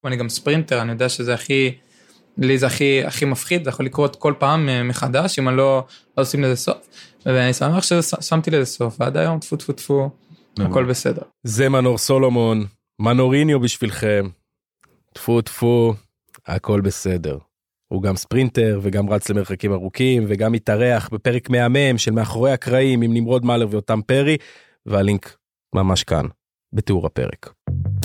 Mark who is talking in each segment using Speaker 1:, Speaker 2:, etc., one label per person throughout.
Speaker 1: אני גם ספרינטר, אני יודע שזה לי זה הכי מפחיד, זה יכול לקרות כל פעם מחדש, אם אני לא עושים לזה סוף, ואני שמח ששמתי לזה סוף, ועד היום טפו טפו טפו, הכל בסדר.
Speaker 2: זה מנור סולומון, מנוריניו בשבילכם, טפו טפו, הכל בסדר. הוא גם ספרינטר וגם רץ למרחקים ארוכים, וגם מתארח בפרק מהמם של מאחורי הקרעים עם נמרוד מאלר ואותם פרי, והלינק ממש כאן, בתיאור הפרק.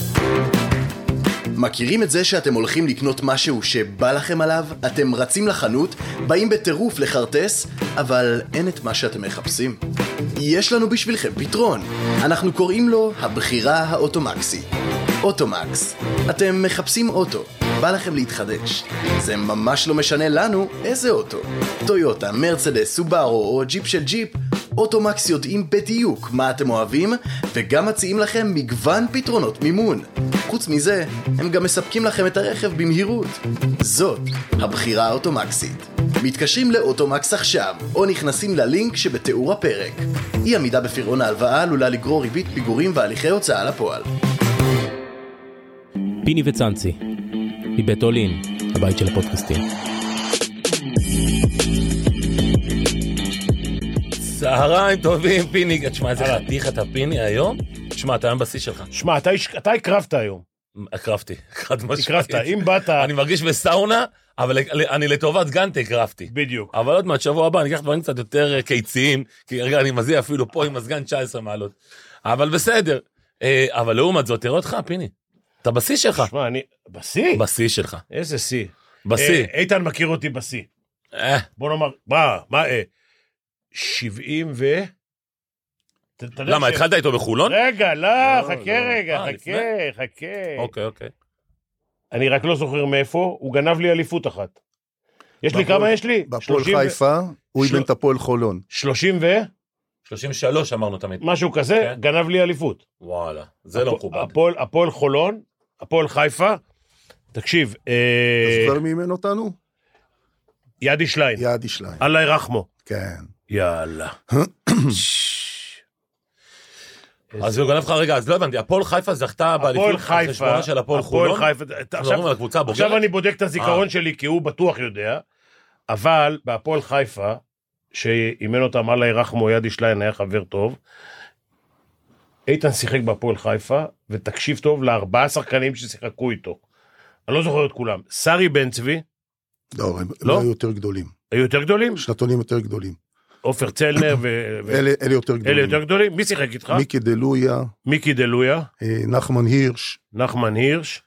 Speaker 3: מכירים את זה שאתם הולכים לקנות משהו שבא לכם עליו? אתם רצים לחנות, באים בטירוף לחרטס, אבל אין את מה שאתם מחפשים? יש לנו בשבילכם פתרון. אנחנו קוראים לו הבחירה האוטומקסית. אוטומקס. אתם מחפשים אוטו, בא לכם להתחדש. זה ממש לא משנה לנו איזה אוטו. טויוטה, מרצדס, סובארו או ג'יפ של ג'יפ, אוטומקס יודעים בדיוק מה אתם אוהבים, וגם מציעים לכם מגוון פתרונות מימון. חוץ מזה, הם גם מספקים לכם את הרכב במהירות. זאת הבחירה האוטומקסית. מתקשרים לאוטומקס עכשיו, או נכנסים ללינק שבתיאור הפרק. אי עמידה בפירעון ההלוואה עלולה לגרור ריבית פיגורים והליכי הוצאה לפועל.
Speaker 2: פיני וצאנצי, מבית אולין, הבית של הפודקאסטים.
Speaker 4: צהריים טובים, פיני. תשמע, איזה חתיך אתה פיני היום? תשמע, אתה היום בשיא שלך.
Speaker 5: שמע, אתה הקרבת היום.
Speaker 4: הקרבתי.
Speaker 5: הקרבת, אם באת...
Speaker 4: אני מרגיש בסאונה, אבל אני לטובת גנטה הקרבתי.
Speaker 5: בדיוק.
Speaker 4: אבל עוד מעט, שבוע הבא, אני אקח דברים קצת יותר קיציים, כי רגע, אני מזיע אפילו פה עם מזגן 19 מעלות. אבל בסדר. אבל לעומת זאת, תראה אותך, פיני. אתה בשיא שלך.
Speaker 5: שמע, אני... בשיא?
Speaker 4: בשיא שלך.
Speaker 5: איזה שיא?
Speaker 4: בשיא.
Speaker 5: איתן מכיר אותי בשיא. בוא נאמר, מה? 70 ו...
Speaker 4: למה, התחלת איתו בחולון?
Speaker 5: רגע, לא, חכה.
Speaker 4: אוקיי.
Speaker 5: אני רק לא זוכר מאיפה, הוא גנב לי אליפות אחת. יש לי כמה יש לי?
Speaker 6: בפועל חיפה, הוא איבן את הפועל חולון.
Speaker 5: 30 ו...
Speaker 4: 33 אמרנו תמיד.
Speaker 5: משהו כזה, גנב לי אליפות.
Speaker 4: וואלה, זה לא מכובד.
Speaker 5: הפועל חולון, הפועל חיפה, תקשיב.
Speaker 6: אתה זוכר מי אימן אותנו?
Speaker 5: ידי שליין. אללה ירחמו.
Speaker 6: כן.
Speaker 5: יאללה.
Speaker 4: אז הוא גנב לך רגע, אז לא הבנתי, הפועל חיפה זכתה באליפות חשבונה של הפועל חולון.
Speaker 5: עכשיו אני בודק את הזיכרון שלי, כי הוא בטוח יודע, אבל בהפועל חיפה, שאימן אותם אללה ירחמו, ידי שליין היה חבר טוב, איתן שיחק בהפועל חיפה, ותקשיב טוב ל4 שחקנים ששיחקו איתו. אני לא זוכר את כולם. שרי בן צבי.
Speaker 6: לא, הם היו יותר גדולים.
Speaker 5: היו יותר גדולים?
Speaker 6: שנתונים יותר גדולים.
Speaker 5: עופר צלנר
Speaker 6: אלה יותר גדולים.
Speaker 5: אלה יותר גדולים? מי שיחק איתך?
Speaker 6: מיקי דלויה. נחמן הירש.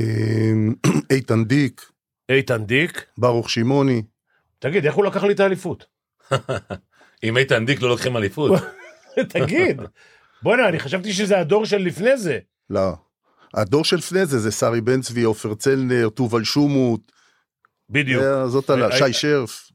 Speaker 6: איתן דיק. ברוך שמעוני.
Speaker 5: תגיד, איך הוא לקח לי את האליפות?
Speaker 4: אם איתן דיק לא לוקחים אליפות.
Speaker 5: תגיד. בוא'נה, אני חשבתי שזה הדור של לפני זה.
Speaker 6: לא. הדור של לפני זה שרי בן צבי, עופר צלנר, תובל שומות.
Speaker 5: בדיוק.
Speaker 6: זאת עלה, שי שרף.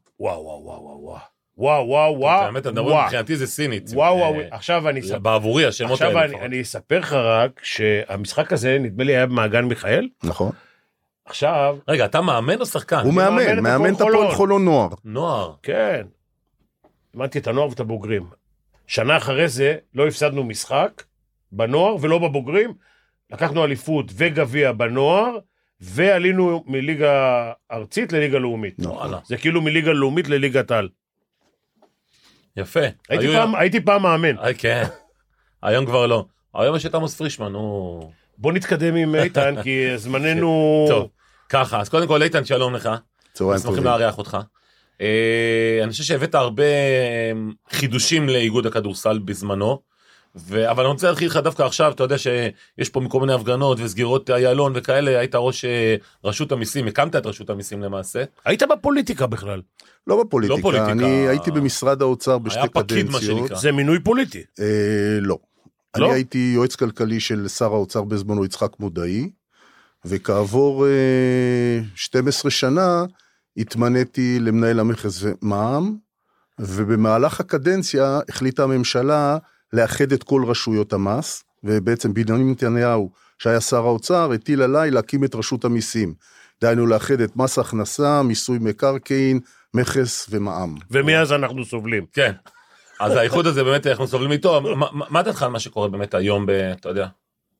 Speaker 5: וואו.
Speaker 4: האמת, הדבר מבחינתי זה סינית.
Speaker 5: וואו. עכשיו אני אספר.
Speaker 4: בעבורי, השמות האלה.
Speaker 5: עכשיו אני אספר לך רק שהמשחק הזה, נדמה לי, היה במעגן מיכאל.
Speaker 6: נכון.
Speaker 5: עכשיו...
Speaker 4: רגע, אתה מאמן או שחקן?
Speaker 6: הוא מאמן את הפועל חולון נוער.
Speaker 4: נוער.
Speaker 5: כן. אימנתי את הנוער ואת הבוגרים. שנה אחרי זה לא הפסדנו משחק בנוער ולא בבוגרים. לקחנו אליפות וגביע בנוער, ועלינו מליגה ארצית לליגה לאומית. זה כאילו מליגה לאומית לליגת על.
Speaker 4: יפה.
Speaker 5: הייתי פעם מאמן.
Speaker 4: כן. היום כבר לא. היום יש את עמוס פרישמן,
Speaker 5: בוא נתקדם עם איתן, כי זמננו...
Speaker 4: טוב, ככה. אז קודם כל, איתן, שלום לך.
Speaker 6: צהריים
Speaker 4: שמחים לארח אותך. אני חושב שהבאת הרבה חידושים לאיגוד הכדורסל בזמנו, אבל אני רוצה להרחיב לך דווקא עכשיו, אתה יודע שיש פה מכל מיני הפגנות וסגירות איילון וכאלה, היית ראש רשות המיסים, הקמת את רשות המיסים למעשה.
Speaker 5: היית בפוליטיקה בכלל?
Speaker 6: לא בפוליטיקה, אני הייתי במשרד האוצר בשתי קדנציות.
Speaker 5: זה מינוי פוליטי?
Speaker 6: לא. אני הייתי יועץ כלכלי של שר האוצר בזמנו יצחק מודעי, וכעבור 12 שנה התמניתי למנהל המכס ומע"מ, ובמהלך הקדנציה החליטה הממשלה לאחד את כל רשויות המס, ובעצם בנימין נתניהו, שהיה שר האוצר, הטיל עליי להקים את רשות המיסים. דהיינו לאחד את מס הכנסה, מיסוי מקרקעין, מכס ומע"מ.
Speaker 5: ומאז אנחנו סובלים.
Speaker 4: כן. אז האיחוד הזה באמת אנחנו סובלים איתו. מה דעתך על מה שקורה באמת היום אתה יודע,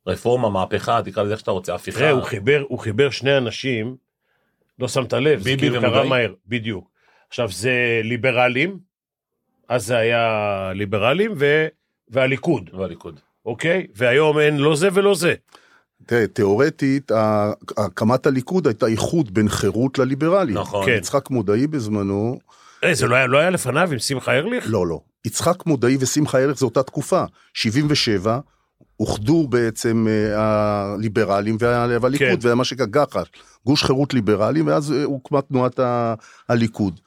Speaker 4: רפורמה, מהפכה, תקרא לזה איך שאתה רוצה, הפיכה.
Speaker 5: תראה, הוא חיבר שני אנשים, לא שמת לב, זה כאילו קרה מהר, בדיוק. עכשיו, זה ליברלים, אז זה היה ליברלים והליכוד. אוקיי? והיום אין לא זה ולא זה.
Speaker 6: תראה, תיאורטית, הקמת הליכוד הייתה איחוד בין חירות לליברלים.
Speaker 4: נכון.
Speaker 6: יצחק מודעי בזמנו...
Speaker 5: זה לא היה לפניו עם שמחה ארליך?
Speaker 6: לא. יצחק מודעי ושמחה ארליך זו אותה תקופה. 77, אוחדו בעצם הליברלים והליכוד, ומה שככה, גוש חירות ליברלים, ואז הוקמה תנועת הליכוד.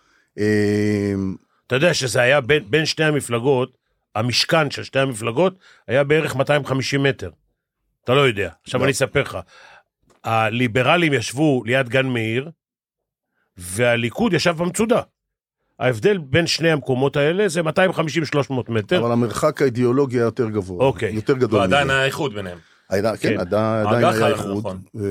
Speaker 5: אתה יודע שזה היה בין שתי המפלגות, המשכן של שתי המפלגות, היה בערך 250 מטר. אתה לא יודע. עכשיו אני אספר לך. הליברלים ישבו ליד גן מאיר, והליכוד ישב במצודה. ההבדל בין שני המקומות האלה זה 250-300 מטר.
Speaker 6: אבל המרחק האידיאולוגי היה יותר גבוה.
Speaker 5: אוקיי.
Speaker 6: יותר גדול.
Speaker 4: ועדיין היה איחוד ביניהם.
Speaker 6: כן, עדיין היה איחוד.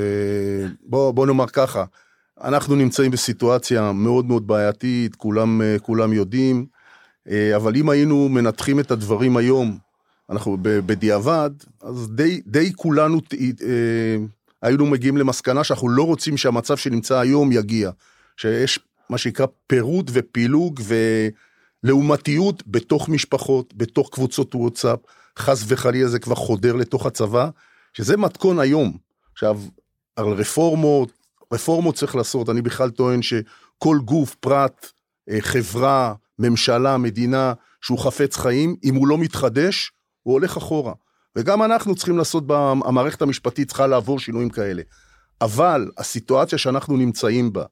Speaker 6: בוא נאמר ככה, אנחנו נמצאים בסיטואציה מאוד מאוד בעייתית, כולם יודעים, אבל אם היינו מנתחים את הדברים היום, אנחנו בדיעבד, אז די כולנו היינו מגיעים למסקנה שאנחנו לא רוצים שהמצב שנמצא היום יגיע, שיש מה שנקרא פירוד ופילוג ולעומתיות בתוך משפחות, בתוך קבוצות וואטסאפ, חס וחלילה זה כבר חודר לתוך הצבא, שזה מתכון היום. עכשיו, על רפורמות צריך לעשות, אני בכלל טוען שכל גוף, פרט, חברה, ממשלה, מדינה, שהוא חפץ חיים, אם הוא לא מתחדש, הוא הולך אחורה. וגם אנחנו צריכים לעשות, המערכת המשפטית צריכה לעבור שינויים כאלה. אבל הסיטואציה שאנחנו נמצאים בה,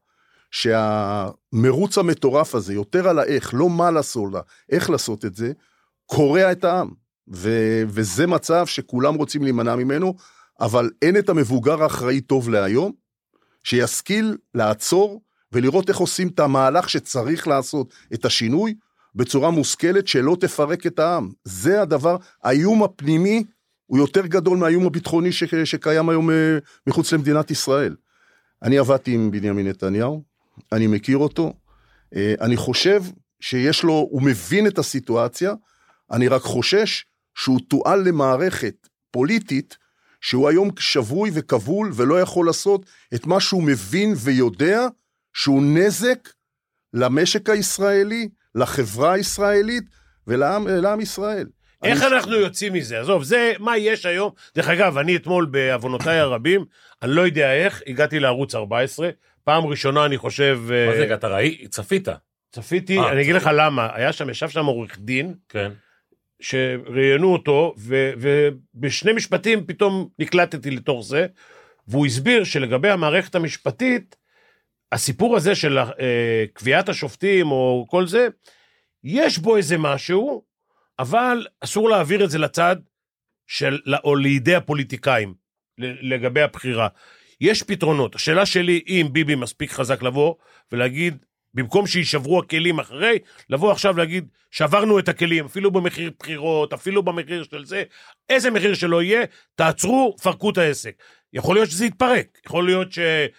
Speaker 6: שהמרוץ המטורף הזה, יותר על האיך, לא מה לעשות לה, איך לעשות את זה, קורע את העם. וזה מצב שכולם רוצים להימנע ממנו, אבל אין את המבוגר האחראי טוב להיום, שישכיל לעצור, ולראות איך עושים את המהלך שצריך לעשות את השינוי, בצורה מושכלת שלא תפרק את העם. זה הדבר, האיום הפנימי, הוא יותר גדול מהאיום הביטחוני שקיים היום מחוץ למדינת ישראל. אני עבדתי עם בנימין נתניהו, אני מכיר אותו, אני חושב שיש לו, הוא מבין את הסיטואציה, אני רק חושש שהוא תועל למערכת פוליטית, שהוא היום שבוי וכבול, ולא יכול לעשות את מה שהוא מבין ויודע, שהוא נזק למשק הישראלי, לחברה הישראלית, ולעם ישראל.
Speaker 5: איך אנחנו יוצאים מזה? עזוב, זה מה יש היום. דרך אגב, אני אתמול בעוונותיי הרבים, אני לא יודע איך, הגעתי לערוץ 14, פעם ראשונה אני חושב...
Speaker 4: מה זה הגעת? צפית?
Speaker 5: צפיתי, אני אגיד לך למה, ישב שם עורך דין, כן. שראיינו אותו, ובשני משפטים פתאום נקלטתי לתוך זה, והוא הסביר שלגבי המערכת המשפטית, הסיפור הזה של קביעת השופטים או כל זה, יש בו איזה משהו, אבל אסור להעביר את זה לצד או לידי הפוליטיקאים, לגבי הבחירה. יש פתרונות. השאלה שלי, אם ביבי מספיק חזק לבוא ולהגיד, במקום שישברו הכלים אחרי, לבוא עכשיו להגיד, שברנו את הכלים, אפילו במחיר בחירות, אפילו במחיר של זה, איזה מחיר שלא יהיה, תעצרו, פרקו את העסק. יכול להיות שזה יתפרק, יכול להיות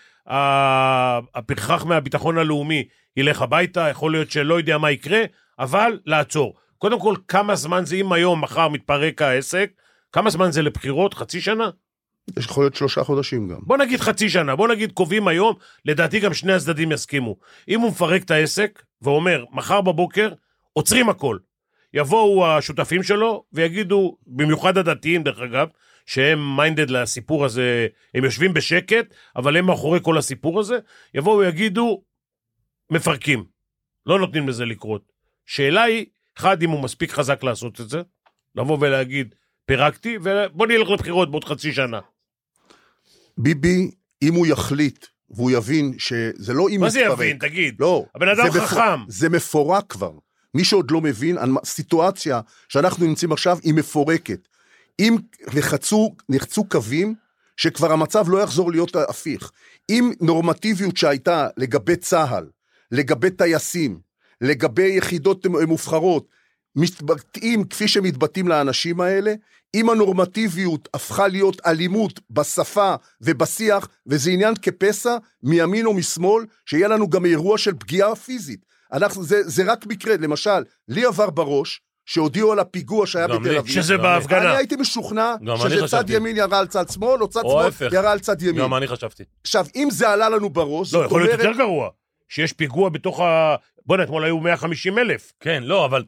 Speaker 5: שהפרחח מהביטחון הלאומי ילך הביתה, יכול להיות שלא יודע מה יקרה, אבל לעצור. קודם כל, כמה זמן זה, אם היום, מחר מתפרק העסק, כמה זמן זה לבחירות? חצי שנה?
Speaker 6: יש יכול להיות 3 חודשים גם.
Speaker 5: בוא נגיד חצי שנה, בוא נגיד קובעים היום, לדעתי גם שני הצדדים יסכימו. אם הוא מפרק את העסק, ואומר, מחר בבוקר, עוצרים הכל. יבואו השותפים שלו, ויגידו, במיוחד הדתיים דרך אגב, שהם מיינדד לסיפור הזה, הם יושבים בשקט, אבל הם מאחורי כל הסיפור הזה, יבואו ויגידו, מפרקים. לא נותנים לזה לקרות. שאלה היא, אחד, אם הוא מספיק חזק לעשות את זה, לבוא ולהגיד, פירקתי, ובוא נלך לבחירות בעוד חצי שנה.
Speaker 6: ביבי, אם הוא יחליט, והוא יבין שזה לא אם
Speaker 5: מה זה יבין, תגיד?
Speaker 6: לא.
Speaker 5: הבן אדם חכם.
Speaker 6: זה מפורק כבר. מי שעוד לא מבין, הסיטואציה שאנחנו נמצאים עכשיו היא מפורקת. אם נחצו קווים, שכבר המצב לא יחזור להיות הפיך. אם נורמטיביות שהייתה לגבי צהל, לגבי טייסים, לגבי יחידות מובחרות, מתבטאים כפי שמתבטאים לאנשים האלה, אם הנורמטיביות הפכה להיות אלימות בשפה ובשיח, וזה עניין כפסע מימין או משמאל, שיהיה לנו גם אירוע של פגיעה פיזית. זה רק מקרה, למשל, לי עבר בראש, שהודיעו על הפיגוע שהיה בתל אביב.
Speaker 5: שזה בהפגנה.
Speaker 6: אני הייתי משוכנע שצד ימין ירה על צד שמאל, או צד שמאל ירה על צד ימין.
Speaker 4: גם אני חשבתי.
Speaker 6: עכשיו, אם זה עלה לנו בראש,
Speaker 5: לא, יכול להיות יותר גרוע. שיש פיגוע בתוך בוא'נה, אתמול היו 150,000.
Speaker 4: כן, לא, אבל...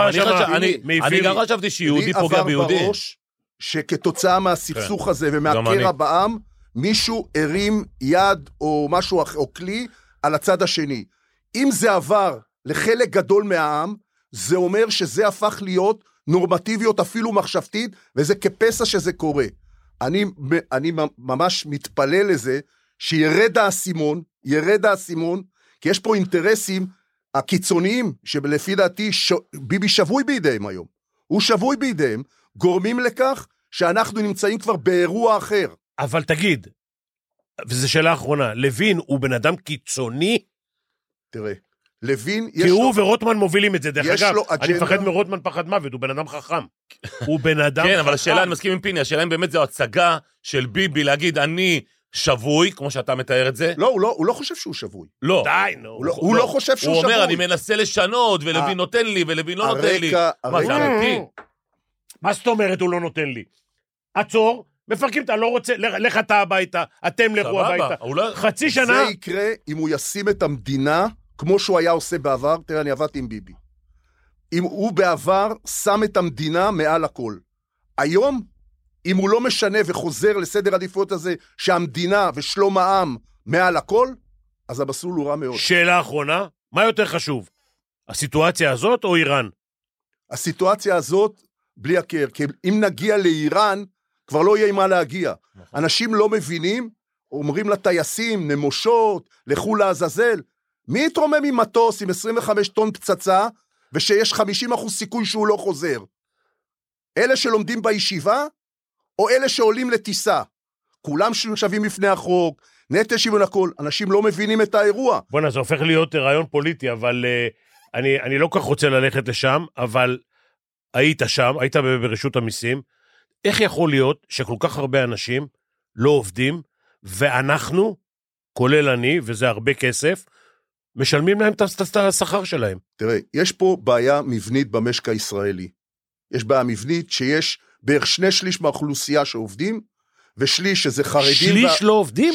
Speaker 4: אני גם חשבתי שיהודי פוגע ביהודי.
Speaker 6: לי עבר בראש שכתוצאה מהסכסוך הזה ומהקרע בעם, מישהו הרים יד או משהו או כלי על הצד השני. אם זה עבר לחלק גדול מהעם, זה אומר שזה הפך להיות נורמטיביות אפילו מחשבתית, וזה כפסע שזה קורה. אני ממש מתפלל לזה שירד האסימון, כי יש פה אינטרסים הקיצוניים, שלפי דעתי ביבי שבוי בידיהם היום. הוא שבוי בידיהם, גורמים לכך שאנחנו נמצאים כבר באירוע אחר.
Speaker 5: אבל תגיד, וזו שאלה האחרונה, לוין הוא בן אדם קיצוני?
Speaker 6: תראה, לוין יש
Speaker 5: כי
Speaker 6: לו...
Speaker 5: הוא ורוטמן מובילים את זה, דרך אגב, אני
Speaker 6: אג'נדה...
Speaker 5: מפחד מרוטמן פחד מוות, הוא בן אדם חכם. הוא בן אדם
Speaker 4: כן,
Speaker 5: חכם.
Speaker 4: אבל השאלה, אני מסכים עם פיני, השאלה אם באמת זו הצגה של ביבי להגיד, אני שבוי, כמו שאתה מתאר את זה.
Speaker 6: לא, הוא לא חושב שהוא שבוי.
Speaker 4: לא.
Speaker 5: די,
Speaker 6: הוא לא חושב שהוא שבוי.
Speaker 4: הוא אומר, אני מנסה לשנות, ולוין נותן לי, ולוין לא נותן לי. מה זה אמיתי?
Speaker 5: מה זאת אומרת הוא לא נותן לי? עצור, מפרקים, אתה לא רוצה, לך אתה הביתה, אתם לכו הביתה. חצי שנה...
Speaker 6: זה יקרה אם הוא ישים את המדינה, כמו שהוא היה עושה בעבר. תראה, אני עבדתי עם ביבי. אם הוא בעבר שם את המדינה מעל הכל. היום, אם הוא לא משנה וחוזר לסדר עדיפויות הזה, שהמדינה ושלום העם מעל הכל, אז המסלול הוא רע מאוד.
Speaker 5: שאלה אחרונה, מה יותר חשוב? הסיטואציה הזאת או איראן?
Speaker 6: הסיטואציה הזאת, בלי הכר, כי אם נגיע לאיראן, כבר לא יהיה מה להגיע. אנשים לא מבינים, אומרים לטייסים, נמושות, לכו לעזאזל. מי יתרומם עם מטוס עם 25 טון פצצה, ושיש 50% סיכוי שהוא לא חוזר? אלה שלומדים בישיבה, או אלה שעולים לטיסה? כולם שווים בפני החוק, נטל שוויון הכל, אנשים לא מבינים את האירוע.
Speaker 5: בוא'נה, זה הופך להיות רעיון פוליטי, אבל אני לא כך רוצה ללכת לשם, אבל היית שם, היית ברשות המיסים, איך יכול להיות שכל כך הרבה אנשים לא עובדים, ואנחנו, כולל אני, וזה הרבה כסף, משלמים להם את השכר שלהם?
Speaker 6: תראה, יש פה בעיה מבנית במשק הישראלי. יש בעיה מבנית שיש בערך 2/3 מהאוכלוסייה שעובדים, ושליש שזה חרדים...
Speaker 5: שליש לא עובדים?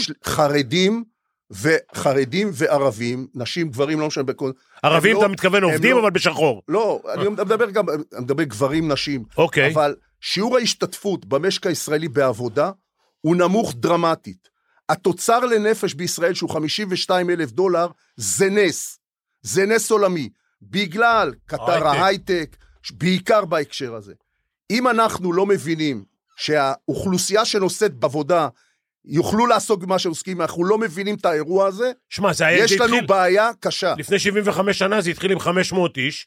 Speaker 6: חרדים וערבים, נשים, גברים, לא משנה בכל...
Speaker 5: ערבים אתה מתכוון עובדים, אבל בשחור.
Speaker 6: לא, אני מדבר גברים, נשים.
Speaker 5: אוקיי.
Speaker 6: אבל שיעור ההשתתפות במשק הישראלי בעבודה, הוא נמוך דרמטית. התוצר לנפש בישראל, שהוא $52,000, זה נס. זה נס עולמי. בגלל קטר ההייטק, בעיקר בהקשר הזה. אם אנחנו לא מבינים שהאוכלוסייה שנושאת בעבודה, יוכלו לעסוק במה שעוסקים, אנחנו לא מבינים את האירוע הזה,
Speaker 5: שמה,
Speaker 6: יש לנו בעיה קשה.
Speaker 5: לפני 75 שנה זה התחיל עם 500 איש,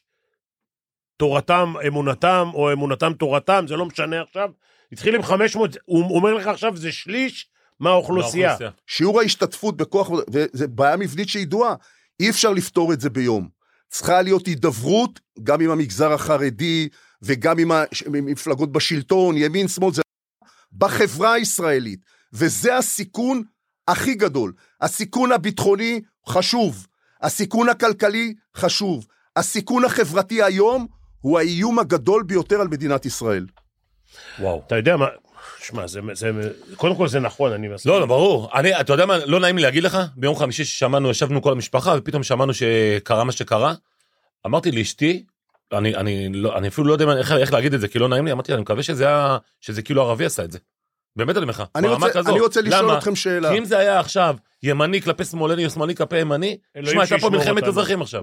Speaker 5: תורתם, אמונתם, או אמונתם תורתם, זה לא משנה עכשיו, התחיל עם 500, הוא אומר לך עכשיו, זה שליש מהאוכלוסייה.
Speaker 6: שיעור ההשתתפות בכוח, וזה בעיה מבנית שידועה, אי אפשר לפתור את זה ביום. צריכה להיות הידברות, גם עם המגזר החרדי, וגם עם המפלגות בשלטון, ימין, שמאל, זה בחברה הישראלית. וזה הסיכון הכי גדול. הסיכון הביטחוני חשוב, הסיכון הכלכלי חשוב, הסיכון החברתי היום הוא האיום הגדול ביותר על מדינת ישראל.
Speaker 5: וואו. אתה יודע מה, שמע, קודם כל זה נכון, אני מסכים.
Speaker 4: לא, ברור. אתה יודע מה, לא נעים לי להגיד לך, ביום חמישי ששמענו, ישבנו כל המשפחה, ופתאום שמענו שקרה מה שקרה, אמרתי לאשתי, אני אפילו לא יודע איך להגיד את זה, כי לא נעים לי, אמרתי, אני מקווה שזה כאילו ערבי עשה את זה. באמת אני לך.
Speaker 6: אני רוצה לשאול אתכם שאלה.
Speaker 4: כי אם זה היה עכשיו ימני כלפי שמאלני או שמאלני כלפי ימני, תשמע, הייתה פה מלחמת אזרחים עכשיו.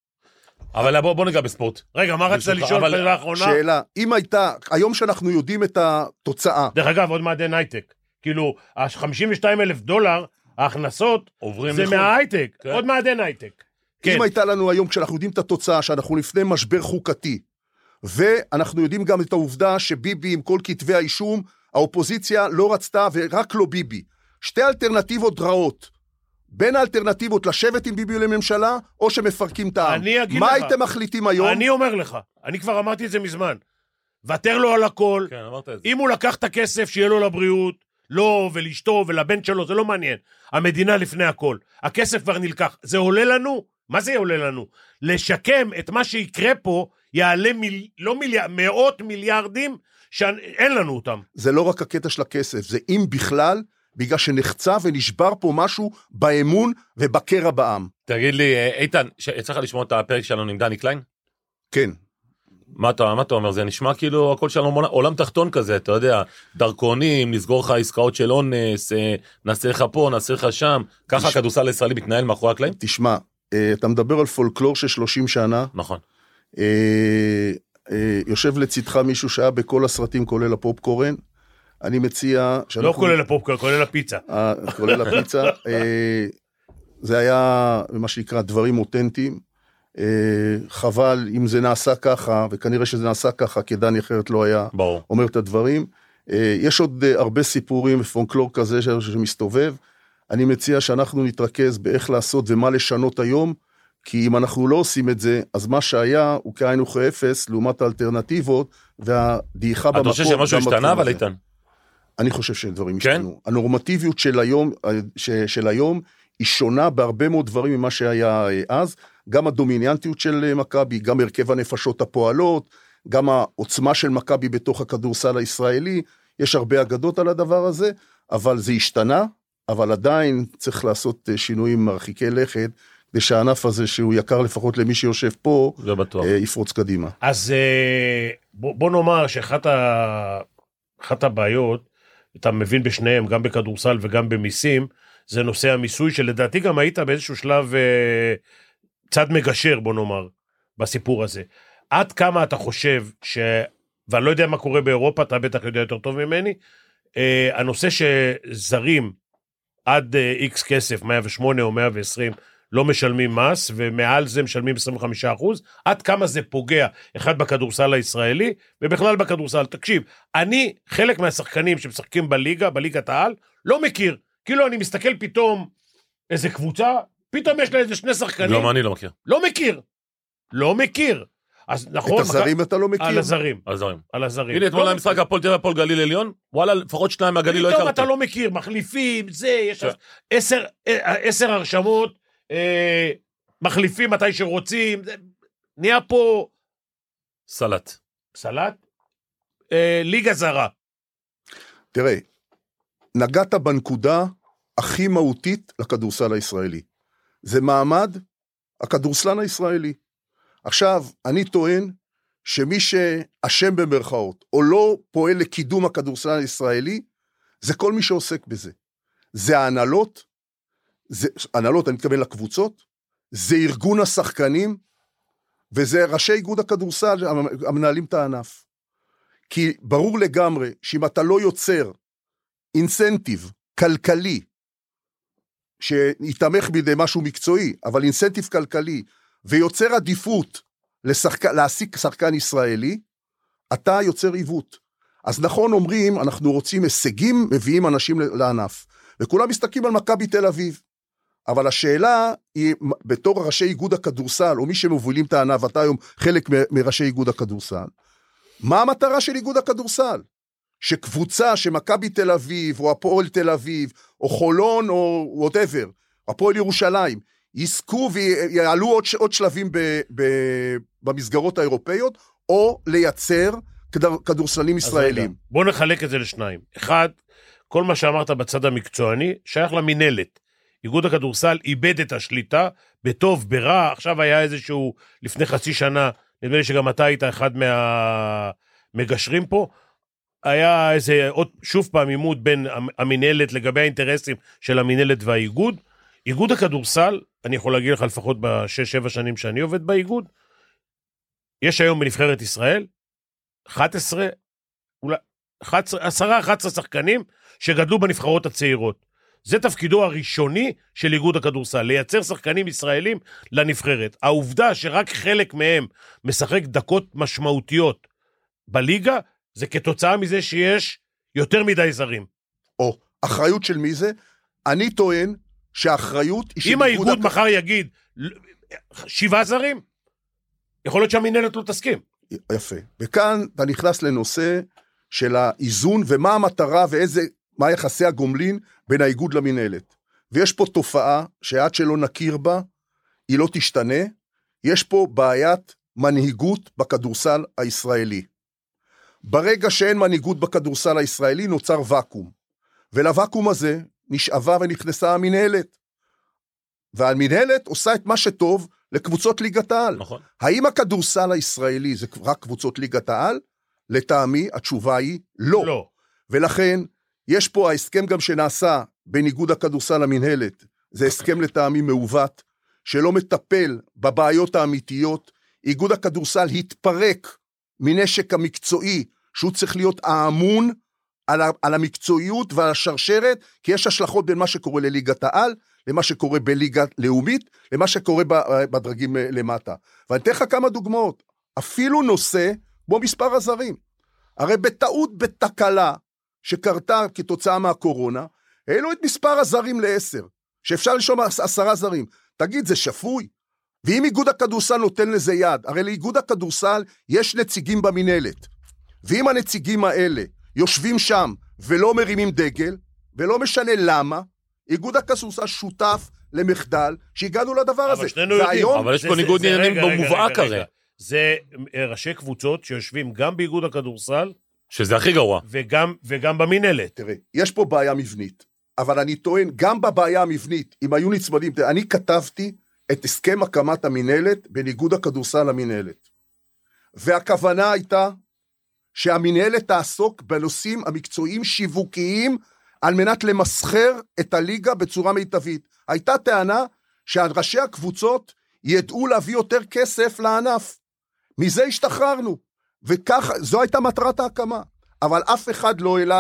Speaker 4: אבל בוא ניגע בספורט.
Speaker 5: רגע, מה רצית לשאול פעולה האחרונה?
Speaker 6: שאלה, אם הייתה, היום שאנחנו יודעים את התוצאה.
Speaker 5: דרך אגב, עוד מעדן הייטק. כאילו, $52,000, ההכנסות, זה מההייטק. עוד מעדן הייטק.
Speaker 6: אם הייתה לנו היום, כשאנחנו יודעים את התוצאה, שאנחנו לפני משבר חוקתי, ואנחנו יודעים גם את העובדה שביבי עם כל כתבי האישום, האופוזיציה לא רצתה ורק לא ביבי. שתי אלטרנטיבות רעות. בין האלטרנטיבות לשבת עם ביבי לממשלה, או שמפרקים את העם. מה הייתם מחליטים היום?
Speaker 5: אני אומר לך, אני כבר אמרתי את זה מזמן. ותר לו על הכל.
Speaker 4: כן, אמרת את זה.
Speaker 5: אם הוא לקח את הכסף, שיהיה לו לבריאות, לא ולאשתו ולבן שלו, זה לא מעניין. המדינה לפני הכל. הכסף כבר נלקח. זה עולה לנו מה זה יעולה לנו? לשקם את מה שיקרה פה, יעלה מאות מיליארדים, שאין לנו אותם.
Speaker 6: זה לא רק הקטע של הכסף, זה אם בכלל, בגלל שנחצה ונשבר פה משהו באמון ובקרע בעם.
Speaker 4: תגיד לי, איתן, יצא לך לשמוע את הפרק שלנו עם דני קליין?
Speaker 6: כן.
Speaker 4: מה אתה אומר? זה נשמע כאילו הכל שלנו עולם תחתון כזה, אתה יודע, דרכונים, לסגור לך עסקאות של אונס, נעשה לך פה, נעשה לך שם, ככה הכדורסל הישראלי מתנהל מאחורי הקלעים?
Speaker 6: תשמע, אתה מדבר על פולקלור של 30 שנה.
Speaker 4: נכון.
Speaker 6: יושב לצדך מישהו שהיה בכל הסרטים, כולל הפופקורן. אני מציע...
Speaker 5: לא כולל הפופקורן, כולל הפיצה.
Speaker 6: כולל הפיצה. זה היה מה שנקרא דברים אותנטיים. חבל אם זה נעשה ככה, וכנראה שזה נעשה ככה, כי דני אחרת לא היה אומר את הדברים. יש עוד הרבה סיפורים ופונקלור כזה שמסתובב. אני מציע שאנחנו נתרכז באיך לעשות ומה לשנות היום, כי אם אנחנו לא עושים את זה, אז מה שהיה הוא כאין וכאפס, לעומת האלטרנטיבות, והדעיכה במקום...
Speaker 4: אתה חושב שמשהו השתנה, אבל איתן?
Speaker 6: אני חושב שדברים השתנו. הנורמטיביות של היום היא שונה בהרבה מאוד דברים ממה שהיה אז, גם הדומיניאנטיות של מכבי, גם הרכב הנפשות הפועלות, גם העוצמה של מכבי בתוך הכדורסל הישראלי, יש הרבה אגדות על הדבר הזה, אבל זה השתנה, אבל עדיין צריך לעשות שינויים מרחיקי לכת, כדי שהענף הזה שהוא יקר לפחות למי שיושב פה, יפרוץ קדימה.
Speaker 5: אז בוא נאמר שאחת הבעיות, אתה מבין בשניהם, גם בכדורסל וגם במיסים, זה נושא המיסוי, שלדעתי גם היית באיזשהו שלב צד מגשר, בוא נאמר, בסיפור הזה. עד כמה אתה חושב ואני לא יודע מה קורה באירופה, אתה בטח יודע יותר טוב ממני, הנושא שזרים עד X כסף, 108 או 120, לא משלמים מס, ומעל זה משלמים 25%, עד כמה זה פוגע, אחד בכדורסל הישראלי, ובכלל בכדורסל. תקשיב, אני, חלק מהשחקנים שמשחקים בליגת העל, לא מכיר, כאילו אני מסתכל פתאום איזה קבוצה, פתאום יש לה איזה שני שחקנים.
Speaker 4: לא, אני לא מכיר.
Speaker 5: לא מכיר. אז נכון,
Speaker 6: את הזרים אתה לא מכיר?
Speaker 5: על הזרים.
Speaker 4: הנה, אתמול המשחק הפועל גליל עליון, וואלה, לפחות שניים מהגליל לא הכרתי.
Speaker 5: פתאום אתה לא מכיר, מחליפים, זה, יש 10 הרשמות, מחליפים מתי שרוצים, נהיה פה...
Speaker 4: סלט?
Speaker 5: ליגה זרה.
Speaker 6: תראה, נגעת בנקודה הכי מהותית לכדורסל הישראלי. זה מעמד הכדורסלן הישראלי. עכשיו, אני טוען שמי שאשם במרכאות, או לא פועל לקידום הכדורסלן הישראלי, זה כל מי שעוסק בזה. זה ההנהלות, הנהלות, אני מתכוון לקבוצות, זה ארגון השחקנים, וזה ראשי איגוד הכדורסל המנהלים את הענף. כי ברור לגמרי שאם אתה לא יוצר אינסנטיב כלכלי, שיתמך בידי משהו מקצועי, אבל אינסנטיב כלכלי, ויוצר עדיפות להעסיק שחקן ישראלי, אתה יוצר עיוות. אז נכון אומרים, אנחנו רוצים הישגים, מביאים אנשים לענף. וכולם מסתכלים על מכבי תל אביב. אבל השאלה היא, בתור ראשי איגוד הכדורסל, או מי שמובילים את הענף, אתה היום חלק מראשי איגוד הכדורסל, מה המטרה של איגוד הכדורסל? שקבוצה שמכבי תל אביב, או הפועל תל אביב, או חולון, או whatever, הפועל ירושלים, יזכו ויעלו עוד שלבים במסגרות האירופאיות, או לייצר כדורסלנים ישראלים.
Speaker 5: בוא נחלק את זה לשניים. אחד, כל מה שאמרת בצד המקצועני, שייך למנהלת. איגוד הכדורסל איבד את השליטה, בטוב, ברע, עכשיו היה איזשהו, לפני חצי שנה, נדמה לי שגם אתה היית אחד מהמגשרים פה, היה איזה, שוב פעם עימות בין המנהלת לגבי האינטרסים של המנהלת והאיגוד. איגוד הכדורסל, אני יכול להגיד לך לפחות ב6-7 שנים שאני עובד באיגוד, יש היום בנבחרת ישראל 10-11 שחקנים שגדלו בנבחרות הצעירות. זה תפקידו הראשוני של איגוד הכדורסל, לייצר שחקנים ישראלים לנבחרת. העובדה שרק חלק מהם משחק דקות משמעותיות בליגה, זה כתוצאה מזה שיש יותר מדי זרים.
Speaker 6: או, אחריות של מי זה? אני טוען שהאחריות היא של
Speaker 5: אם האיגוד מחר יגיד 7 זרים, יכול להיות שהמנהלת לא תסכים.
Speaker 6: יפה. וכאן אתה נכנס לנושא של האיזון, ומה המטרה מה יחסי הגומלין בין האיגוד למנהלת. ויש פה תופעה שעד שלא נכיר בה, היא לא תשתנה, יש פה בעיית מנהיגות בכדורסל הישראלי. ברגע שאין מנהיגות בכדורסל הישראלי, נוצר וקום. ולוואקום הזה נשאבה ונכנסה המנהלת. והמנהלת עושה את מה שטוב לקבוצות ליגת העל.
Speaker 4: נכון.
Speaker 6: האם הכדורסל הישראלי זה רק קבוצות ליגת העל? לטעמי, התשובה היא לא.
Speaker 5: לא.
Speaker 6: ולכן, יש פה ההסכם גם שנעשה בין איגוד הכדורסל למנהלת, זה הסכם לטעמי מעוות, שלא מטפל בבעיות האמיתיות. איגוד הכדורסל התפרק מנשק המקצועי, שהוא צריך להיות האמון על המקצועיות ועל השרשרת, כי יש השלכות בין מה שקורה לליגת העל, למה שקורה בליגה לאומית, למה שקורה בדרגים למטה. ואני אתן לך כמה דוגמאות. אפילו נושא, כמו מספר הזרים. הרי בטעות בתקלה, שקרתה כתוצאה מהקורונה, העלו את מספר הזרים ל10, שאפשר לשום 10 זרים. תגיד, זה שפוי? ואם איגוד הכדורסל נותן לזה יד, הרי לאיגוד הכדורסל יש נציגים במנהלת, ואם הנציגים האלה יושבים שם ולא מרימים דגל, ולא משנה למה, איגוד הכדורסל שותף למחדל שהגענו לדבר הזה.
Speaker 4: אבל יש פה ניגוד עניינים במובהק הרי.
Speaker 5: זה ראשי קבוצות שיושבים גם באיגוד הכדורסל,
Speaker 4: שזה הכי גרוע.
Speaker 5: וגם במנהלת.
Speaker 6: תראה, יש פה בעיה מבנית, אבל אני טוען, גם בבעיה המבנית, אם היו נצמדים, אני כתבתי את הסכם הקמת המנהלת, בין איגוד הכדורסל למנהלת. והכוונה הייתה, שהמנהלת תעסוק בנושאים המקצועיים שיווקיים, על מנת למסחר את הליגה בצורה מיטבית. הייתה טענה, שראשי הקבוצות ידעו להביא יותר כסף לענף. מזה השתחררנו. וכך, זו הייתה מטרת ההקמה. אבל אף אחד לא העלה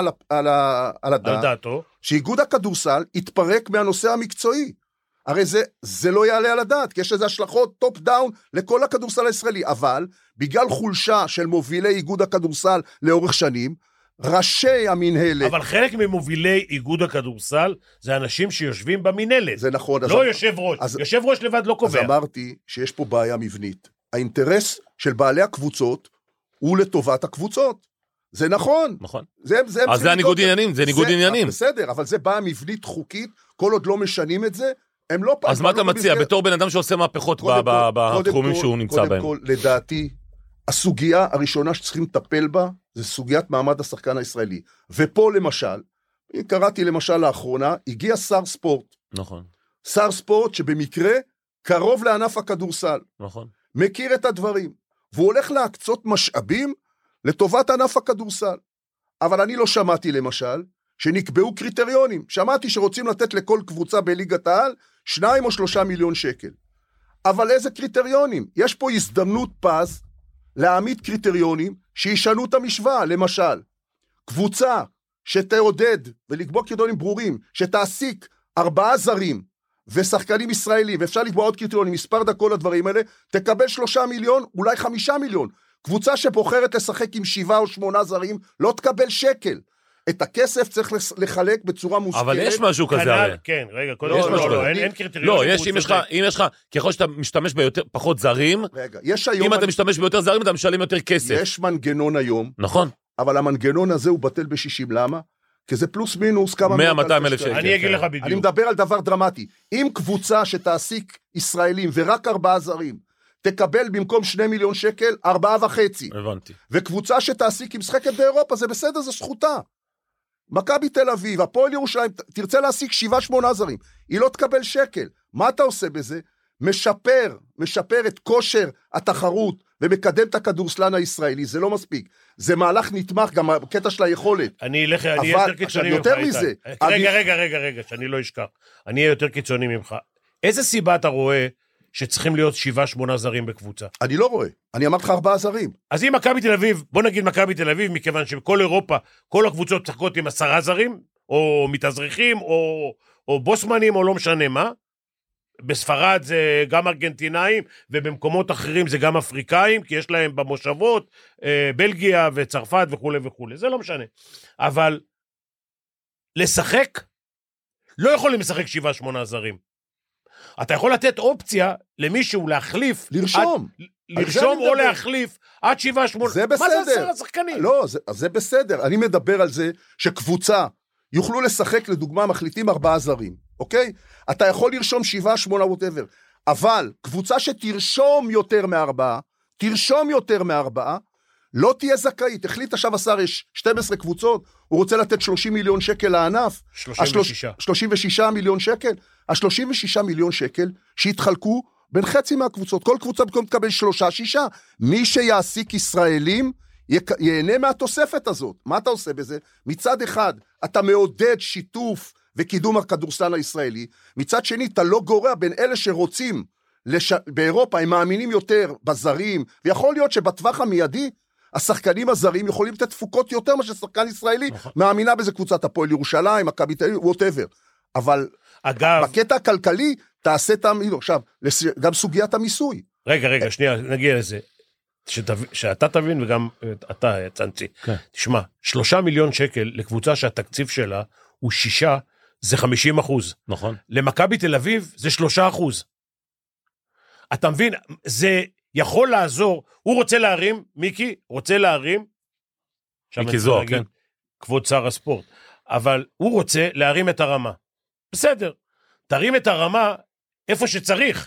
Speaker 6: על הדעת, שאיגוד הכדורסל התפרק מהנושא המקצועי. הרי זה לא יעלה על הדעת, כי יש לזה השלכות טופ דאון לכל הכדורסל הישראלי, אבל בגלל חולשה של מובילי איגוד הכדורסל לאורך שנים, ראשי המנהלת...
Speaker 5: אבל חלק ממובילי איגוד הכדורסל, זה אנשים שיושבים במנהלת.
Speaker 6: זה נכון.
Speaker 5: לא יושב ראש. יושב ראש לבד לא קובע.
Speaker 6: אז אמרתי שיש פה בעיה מבנית. האינטרס של בעלי הקבוצות, הוא לטובת הקבוצות. זה נכון.
Speaker 4: נכון.
Speaker 6: אז
Speaker 4: זה הניגוד עניינים, זה ניגוד עניינים.
Speaker 6: בסדר, אבל זה בעיה מבנית חוקית, כל עוד לא משנים את זה, הם לא...
Speaker 4: אז מה אתה מציע? בתור בן אדם שעושה מהפכות בתחומים שהוא נמצא בהם.
Speaker 6: קודם כל, לדעתי, הסוגיה הראשונה שצריכים לטפל בה, זה סוגיית מעמד השחקן הישראלי. ופה למשל, קראתי למשל לאחרונה, הגיע שר ספורט.
Speaker 4: נכון.
Speaker 6: שר ספורט שבמקרה קרוב לענף הכדורסל.
Speaker 4: נכון.
Speaker 6: מכיר את הדברים. והוא הולך להקצות משאבים לטובת ענף הכדורסל. אבל אני לא שמעתי למשל, שנקבעו קריטריונים. שמעתי שרוצים לתת לכל קבוצה בליגת העל 2 או 3 מיליון שקל. אבל איזה קריטריונים? יש פה הזדמנות פז להעמיד קריטריונים שישנו את המשוואה. למשל, קבוצה שתעודד ולקבוע קריטריונים ברורים, שתעסיק 4 זרים ושחקנים ישראלים, ואפשר לקבוע עוד קריטריונים, מספר דקות לדברים האלה, תקבל 3 מיליון, אולי 5 מיליון. קבוצה שבוחרת לשחק עם 7 או 8 זרים, לא תקבל שקל. את הכסף צריך לחלק בצורה מושכלת.
Speaker 4: אבל יש משהו כזה הרי.
Speaker 5: כן, רגע, אין קריטריון.
Speaker 4: לא, אם יש לך, ככל שאתה משתמש פחות זרים, אם אתה משתמש ביותר זרים, אתה משלם יותר כסף.
Speaker 6: יש מנגנון היום.
Speaker 4: נכון.
Speaker 6: אבל המנגנון הזה הוא בטל ב-60, למה? כי זה פלוס מינוס כמה...
Speaker 4: 100-200 אלף שקל.
Speaker 5: אני אגיד לך בדיוק.
Speaker 6: אני מדבר על דבר דרמטי. אם קבוצה שתעסיק ישראלים ורק 4 זרים, תקבל במקום 2 מיליון שקל, 4.5.
Speaker 4: הבנתי.
Speaker 6: וקבוצה שתעסיק עם משחקת באירופה, זה בסדר, זה זכותה. מכבי תל אביב, הפועל ירושלים, תרצה להעסיק 7-8 זרים, היא לא תקבל שקל. מה אתה עושה בזה? משפר את כושר התחרות, ומקדם את הכדורסלן הישראלי, זה לא מספיק. זה מהלך נתמך, גם הקטע של היכולת.
Speaker 5: אני אהיה יותר קיצוני ממך.
Speaker 6: יותר מזה.
Speaker 5: רגע, שאני לא אשכח. אני אהיה יותר קיצוני ממך. איזה סיבה אתה רואה שצריכים להיות 7-8 זרים בקבוצה?
Speaker 6: אני לא רואה. אני אמרתי לך 4 זרים.
Speaker 5: אז אם מכבי תל אביב, בוא נגיד מכבי תל אביב, מכיוון שבכל אירופה, כל הקבוצות משחקות עם 10 זרים, או מתאזרחים, או בוסמנים, או לא משנה מה. בספרד זה גם ארגנטינאים, ובמקומות אחרים זה גם אפריקאים, כי יש להם במושבות, בלגיה וצרפת וכו' וכו'. זה לא משנה. אבל לשחק, לא יכולים לשחק 7-8 זרים. אתה יכול לתת אופציה למישהו להחליף. לרשום או להחליף עד 7-8.
Speaker 6: זה בסדר.
Speaker 5: מה זה 10 השחקנים?
Speaker 6: לא, זה בסדר. אני מדבר על זה שקבוצה יוכלו לשחק, לדוגמה, מחליטים 4 זרים. אוקיי? אתה יכול לרשום 7-8 whatever. אבל קבוצה שתרשום יותר מארבעה, לא תהיה זכאית. החליט עכשיו השר, יש 12 קבוצות, הוא רוצה לתת 30 מיליון שקל לענף. 36 מיליון שקל. ה-36 מיליון שקל שהתחלקו בין חצי מהקבוצות. כל קבוצה במקום תקבל 3-6. מי שיעסיק ישראלים ייהנה מהתוספת הזאת. מה אתה עושה בזה? מצד אחד, אתה מעודד שיתוף וקידום הכדורסל הישראלי. מצד שני, אתה לא גורע בין אלה שרוצים באירופה, הם מאמינים יותר בזרים, ויכול להיות שבטווח המיידי, השחקנים הזרים יכולים לתת תפוקות יותר מאשר שחקן ישראלי, מאמינה בזה קבוצת הפועל ירושלים, מכבי תל אביב, whatever. אבל בקטע הכלכלי, תעשה את המידור. עכשיו, גם סוגיית המיסוי.
Speaker 5: רגע, שנייה, נגיע לזה. שאתה תבין וגם אתה, צנצי. תשמע, 3 מיליון שקל לקבוצה שהתקציב שלה הוא 6, זה 50%.
Speaker 4: נכון.
Speaker 5: למכבי תל אביב זה 3%. אתה מבין, זה יכול לעזור, הוא רוצה להרים, מיקי, רוצה להרים,
Speaker 4: מיקי זוהר, כן.
Speaker 5: כבוד שר הספורט, אבל הוא רוצה להרים את הרמה. בסדר, תרים את הרמה איפה שצריך,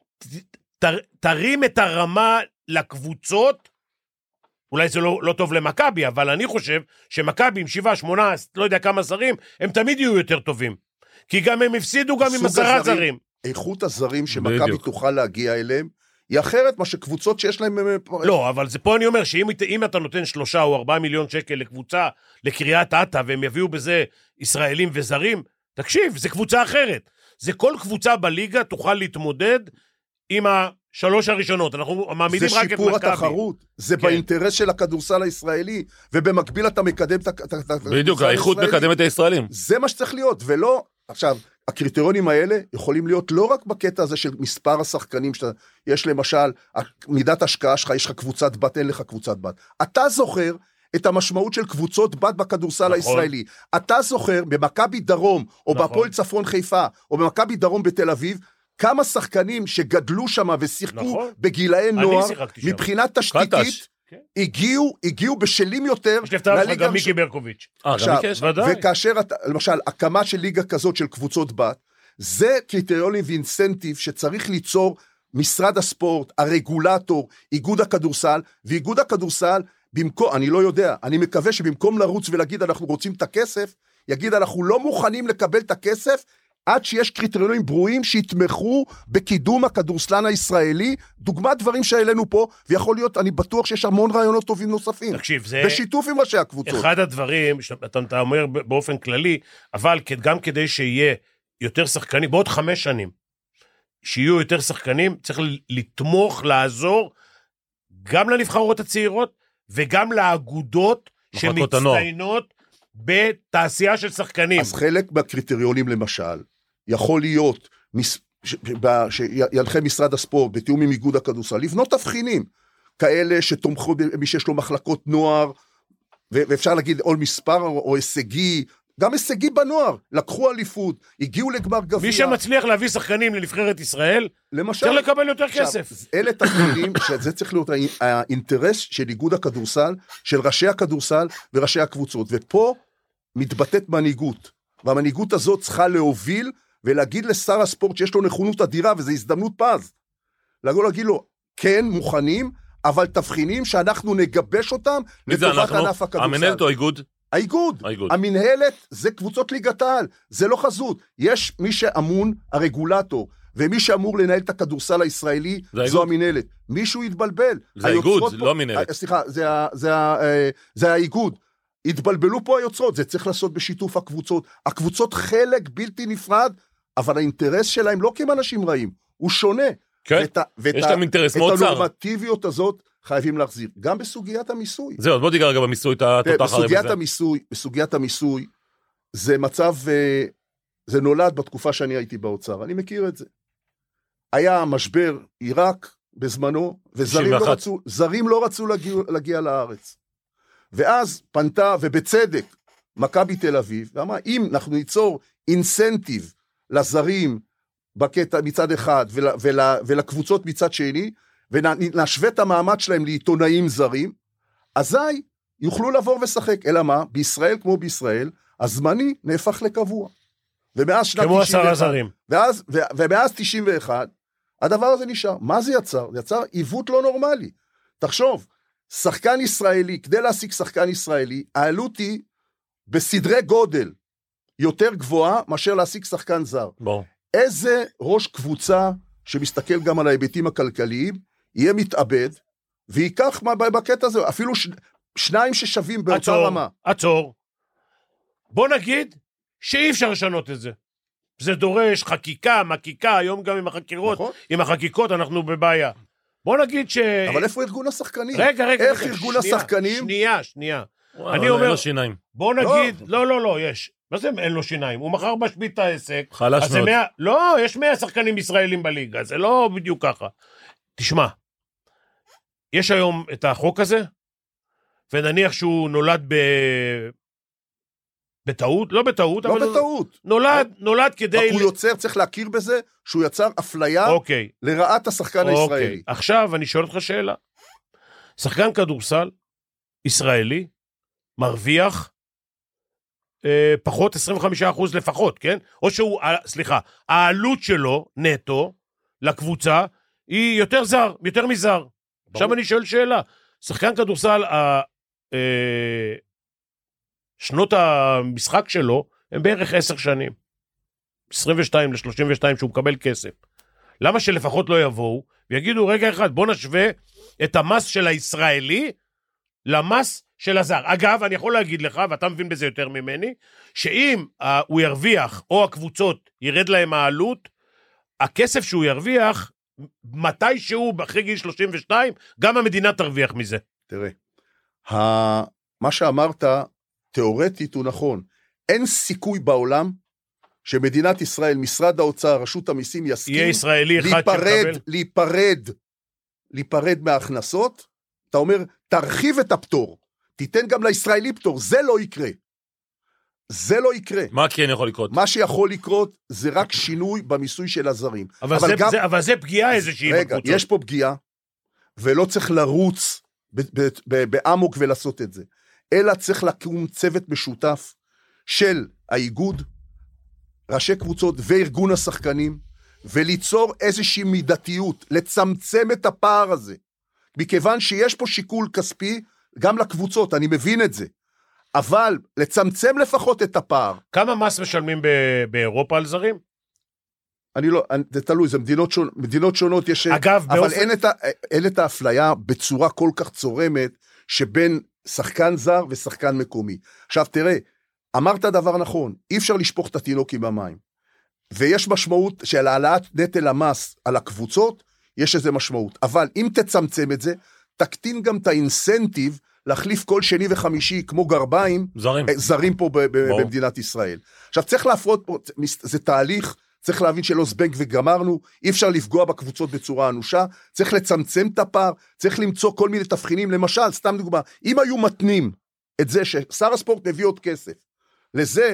Speaker 5: תרים את הרמה לקבוצות, אולי זה לא טוב למכבי, אבל אני חושב שמכבי עם 7, 8, לא יודע כמה זרים, הם תמיד יהיו יותר טובים, כי גם הם הפסידו גם עם 10 זרים.
Speaker 6: איכות הזרים שמכבי תוכל להגיע אליהם, היא אחרת מה שקבוצות שיש להם...
Speaker 5: לא, אבל זה פה אני אומר, שאם אתה נותן 3 או 4 מיליון שקל לקבוצה, לקריית אתא, והם יביאו בזה ישראלים וזרים, תקשיב, זה קבוצה אחרת. זה כל קבוצה בליגה תוכל להתמודד עם 3 הראשונות. אנחנו מעמידים רק את מכבי.
Speaker 6: זה שיפור התחרות, זה באינטרס של הכדורסל הישראלי, ובמקביל אתה מקדם את
Speaker 4: בדיוק, האיכות מקדם את הישראלים.
Speaker 6: זה מה שצריך להיות, ולא... עכשיו, הקריטריונים האלה יכולים להיות לא רק בקטע הזה של מספר השחקנים, יש למשל, מידת השקעה שלך, יש לך קבוצת בת, אין לך קבוצת בת. אתה זוכר את המשמעות של קבוצות בת בכדורסל הישראלי. אתה זוכר במכבי דרום, או בהפועל צפון חיפה, או במכבי דרום בתל אביב, כמה שחקנים שגדלו שם ושיחקו בגילאי נוער, מבחינת תשתיתית, הגיעו בשלים יותר.
Speaker 5: יש לפתח לך גם מיקי ברקוביץ'.
Speaker 6: וכאשר, למשל, הקמה של ליגה כזאת של קבוצות בת, זה קריטריונים ואינסנטיב שצריך ליצור משרד הספורט, הרגולטור, איגוד הכדורסל, ואיגוד הכדורסל, אני לא יודע, אני מקווה שבמקום לרוץ ולהגיד אנחנו רוצים את הכסף, יגיד אנחנו לא מוכנים לקבל את הכסף, עד שיש קריטריונים ברורים שיתמכו בקידום הכדורסלן הישראלי, דוגמת דברים שהעלינו פה, ויכול להיות, אני בטוח שיש המון רעיונות טובים נוספים.
Speaker 5: תקשיב, זה...
Speaker 6: בשיתוף עם ראשי הקבוצות.
Speaker 5: אחד הדברים, שאתה אומר באופן כללי, אבל גם כדי שיהיה יותר שחקנים, בעוד 5 שנים, שיהיו יותר שחקנים, צריך לתמוך, לעזור, גם לנבחרות הצעירות, וגם לאגודות שמצטיינות בתעשייה של שחקנים.
Speaker 6: אז חלק מהקריטריונים למשל, יכול להיות שינחה משרד הספורט בתיאום עם איגוד הכדורסל, לבנות תבחינים, כאלה שתומכו במי שיש לו מחלקות נוער, ואפשר להגיד או מספר או הישגי, גם הישגי בנוער, לקחו אליפות, הגיעו לגמר גביע.
Speaker 5: מי שמצליח להביא שחקנים לנבחרת ישראל, למשל, צריך לקבל יותר כסף.
Speaker 6: אלה תבחינים שזה צריך להיות האינטרס של איגוד הכדורסל, של ראשי הכדורסל וראשי הקבוצות, ופה מתבטאת מנהיגות, והמנהיגות הזאת צריכה להוביל, ולהגיד לשר הספורט שיש לו נכונות אדירה, וזו הזדמנות פז. להגיד לו, כן, מוכנים, אבל תבחינים שאנחנו נגבש אותם, לטובת ענף הכדורסל.
Speaker 4: המנהלת או האיגוד?
Speaker 6: האיגוד. המנהלת זה קבוצות ליגת העל, זה לא חזות. יש מי שאמון, הרגולטור, ומי שאמור לנהל את הכדורסל הישראלי, זו המנהלת. מישהו יתבלבל.
Speaker 4: זה האיגוד, לא המנהלת.
Speaker 6: סליחה, זה האיגוד. התבלבלו פה היוצרות, זה צריך לעשות בשיתוף הקבוצות. הקבוצות חלק בלתי נפרד, אבל האינטרס שלהם לא כמה אנשים רעים, הוא שונה.
Speaker 4: כן, יש להם אינטרס מאוד צר.
Speaker 6: את הנורמטיביות הזאת חייבים להחזיר, גם בסוגיית המיסוי.
Speaker 4: זהו, בוא תיגע רגע במיסוי,
Speaker 6: בסוגיית המיסוי, זה מצב, זה נולד בתקופה שאני הייתי באוצר, אני מכיר את זה. היה משבר עיראק בזמנו, וזרים לא רצו להגיע לארץ. ואז פנתה, ובצדק, מכבי תל אביב, ואמרה, אם אנחנו ניצור אינסנטיב לזרים בקטע מצד אחד, ולקבוצות מצד שני, ונשווה את המעמד שלהם לעיתונאים זרים, אזי יוכלו לבוא ושחק. אלא מה? בישראל כמו בישראל, הזמני נהפך לקבוע. ומאז שנת 91, ומאז 91, הדבר הזה נשאר. מה זה יצר? זה יצר עיוות לא נורמלי. תחשוב, שחקן ישראלי, כדי להשיג שחקן ישראלי, העלות היא בסדרי גודל יותר גבוהה מאשר להשיג שחקן זר.
Speaker 4: בוא.
Speaker 6: איזה ראש קבוצה שמסתכל גם על ההיבטים הכלכליים, יהיה מתאבד, ויקח בקטע הזה, אפילו שניים ששווים באותה רמה.
Speaker 5: עצור. בוא נגיד שאי אפשר לשנות את זה. זה דורש חקיקה, מקיקה, היום גם עם החקירות, נכון? עם החקיקות אנחנו בבעיה. בוא נגיד
Speaker 6: אבל איפה ארגון השחקנים?
Speaker 5: רגע.
Speaker 6: איך ארגון השחקנים?
Speaker 5: שנייה.
Speaker 4: אני אומר... אין לו שיניים.
Speaker 5: בוא נגיד, לא, יש. מה זה אין לו שיניים? הוא מחר משבית את העסק.
Speaker 4: חלש מאוד.
Speaker 5: לא, יש 100 שחקנים ישראלים בליגה, זה לא בדיוק ככה. תשמע, יש היום את החוק הזה, ונניח שהוא נולד בטעות, לא בטעות,
Speaker 6: לא בטעות.
Speaker 5: נולד כדי...
Speaker 6: הוא יוצר, צריך להכיר בזה, שהוא יצר אפליה לרעת השחקן הישראלי.
Speaker 5: עכשיו אני שואל אותך שאלה. שחקן כדורסל ישראלי מרוויח פחות 25% לפחות, כן? או שהוא, סליחה, העלות שלו נטו לקבוצה היא יותר מזר. עכשיו אני שואל שאלה. שחקן כדורסל, שנות המשחק שלו הם בערך 10 שנים. 22 ל-32 שהוא מקבל כסף. למה שלפחות לא יבואו ויגידו רגע אחד, בוא נשווה את המס של הישראלי למס של הזר. אגב, אני יכול להגיד לך, ואתה מבין בזה יותר ממני, שאם הוא ירוויח או הקבוצות ירד להם העלות, הכסף שהוא ירוויח, מתי שהוא אחרי גיל 32, גם המדינה תרוויח מזה.
Speaker 6: תראה, מה שאמרת תיאורטית הוא נכון. אין סיכוי בעולם שמדינת ישראל, משרד האוצר, רשות המיסים יסכים
Speaker 5: יהיה ישראלי אחד
Speaker 6: להיפרד מההכנסות. אתה אומר, תרחיב את הפטור, תיתן גם לישראלי פטור, זה לא יקרה. זה לא יקרה.
Speaker 4: מה כן יכול לקרות?
Speaker 6: מה שיכול לקרות זה רק שינוי במיסוי של הזרים.
Speaker 5: אבל זה פגיעה איזושהי.
Speaker 6: רגע, יש פה פגיעה, ולא צריך לרוץ בעמוק ולעשות את זה. אלא צריך לקום צוות משותף של האיגוד, ראשי קבוצות וארגון השחקנים, וליצור איזושהי מידתיות, לצמצם את הפער הזה. מכיוון שיש פה שיקול כספי, גם לקבוצות, אני מבין את זה. אבל לצמצם לפחות את הפער.
Speaker 5: כמה מס משלמים באירופה על זרים?
Speaker 6: זה תלוי, זה מדינות שונות יש...
Speaker 5: אגב,
Speaker 6: אבל אין את האפליה בצורה כל כך צורמת, שבין שחקן זר ושחקן מקומי. עכשיו תראה, אמרת דבר נכון, אי אפשר לשפוך את התינוק עם המים. ויש משמעות של העלאת נטל המס על הקבוצות, יש איזה משמעות. אבל אם תצמצם את זה, תקטין גם את האינסנטיב, להחליף כל שני וחמישי, כמו גרביים, זרים פה במדינת ישראל. עכשיו צריך להפרות פה, זה תהליך, צריך להבין שלא זבנג וגמרנו, אי אפשר לפגוע בקבוצות בצורה אנושה, צריך לצמצם את הפער, צריך למצוא כל מיני תבחינים, למשל, סתם דוגמה, אם היו מתנים את זה ששר הספורט מביא עוד כסף, לזה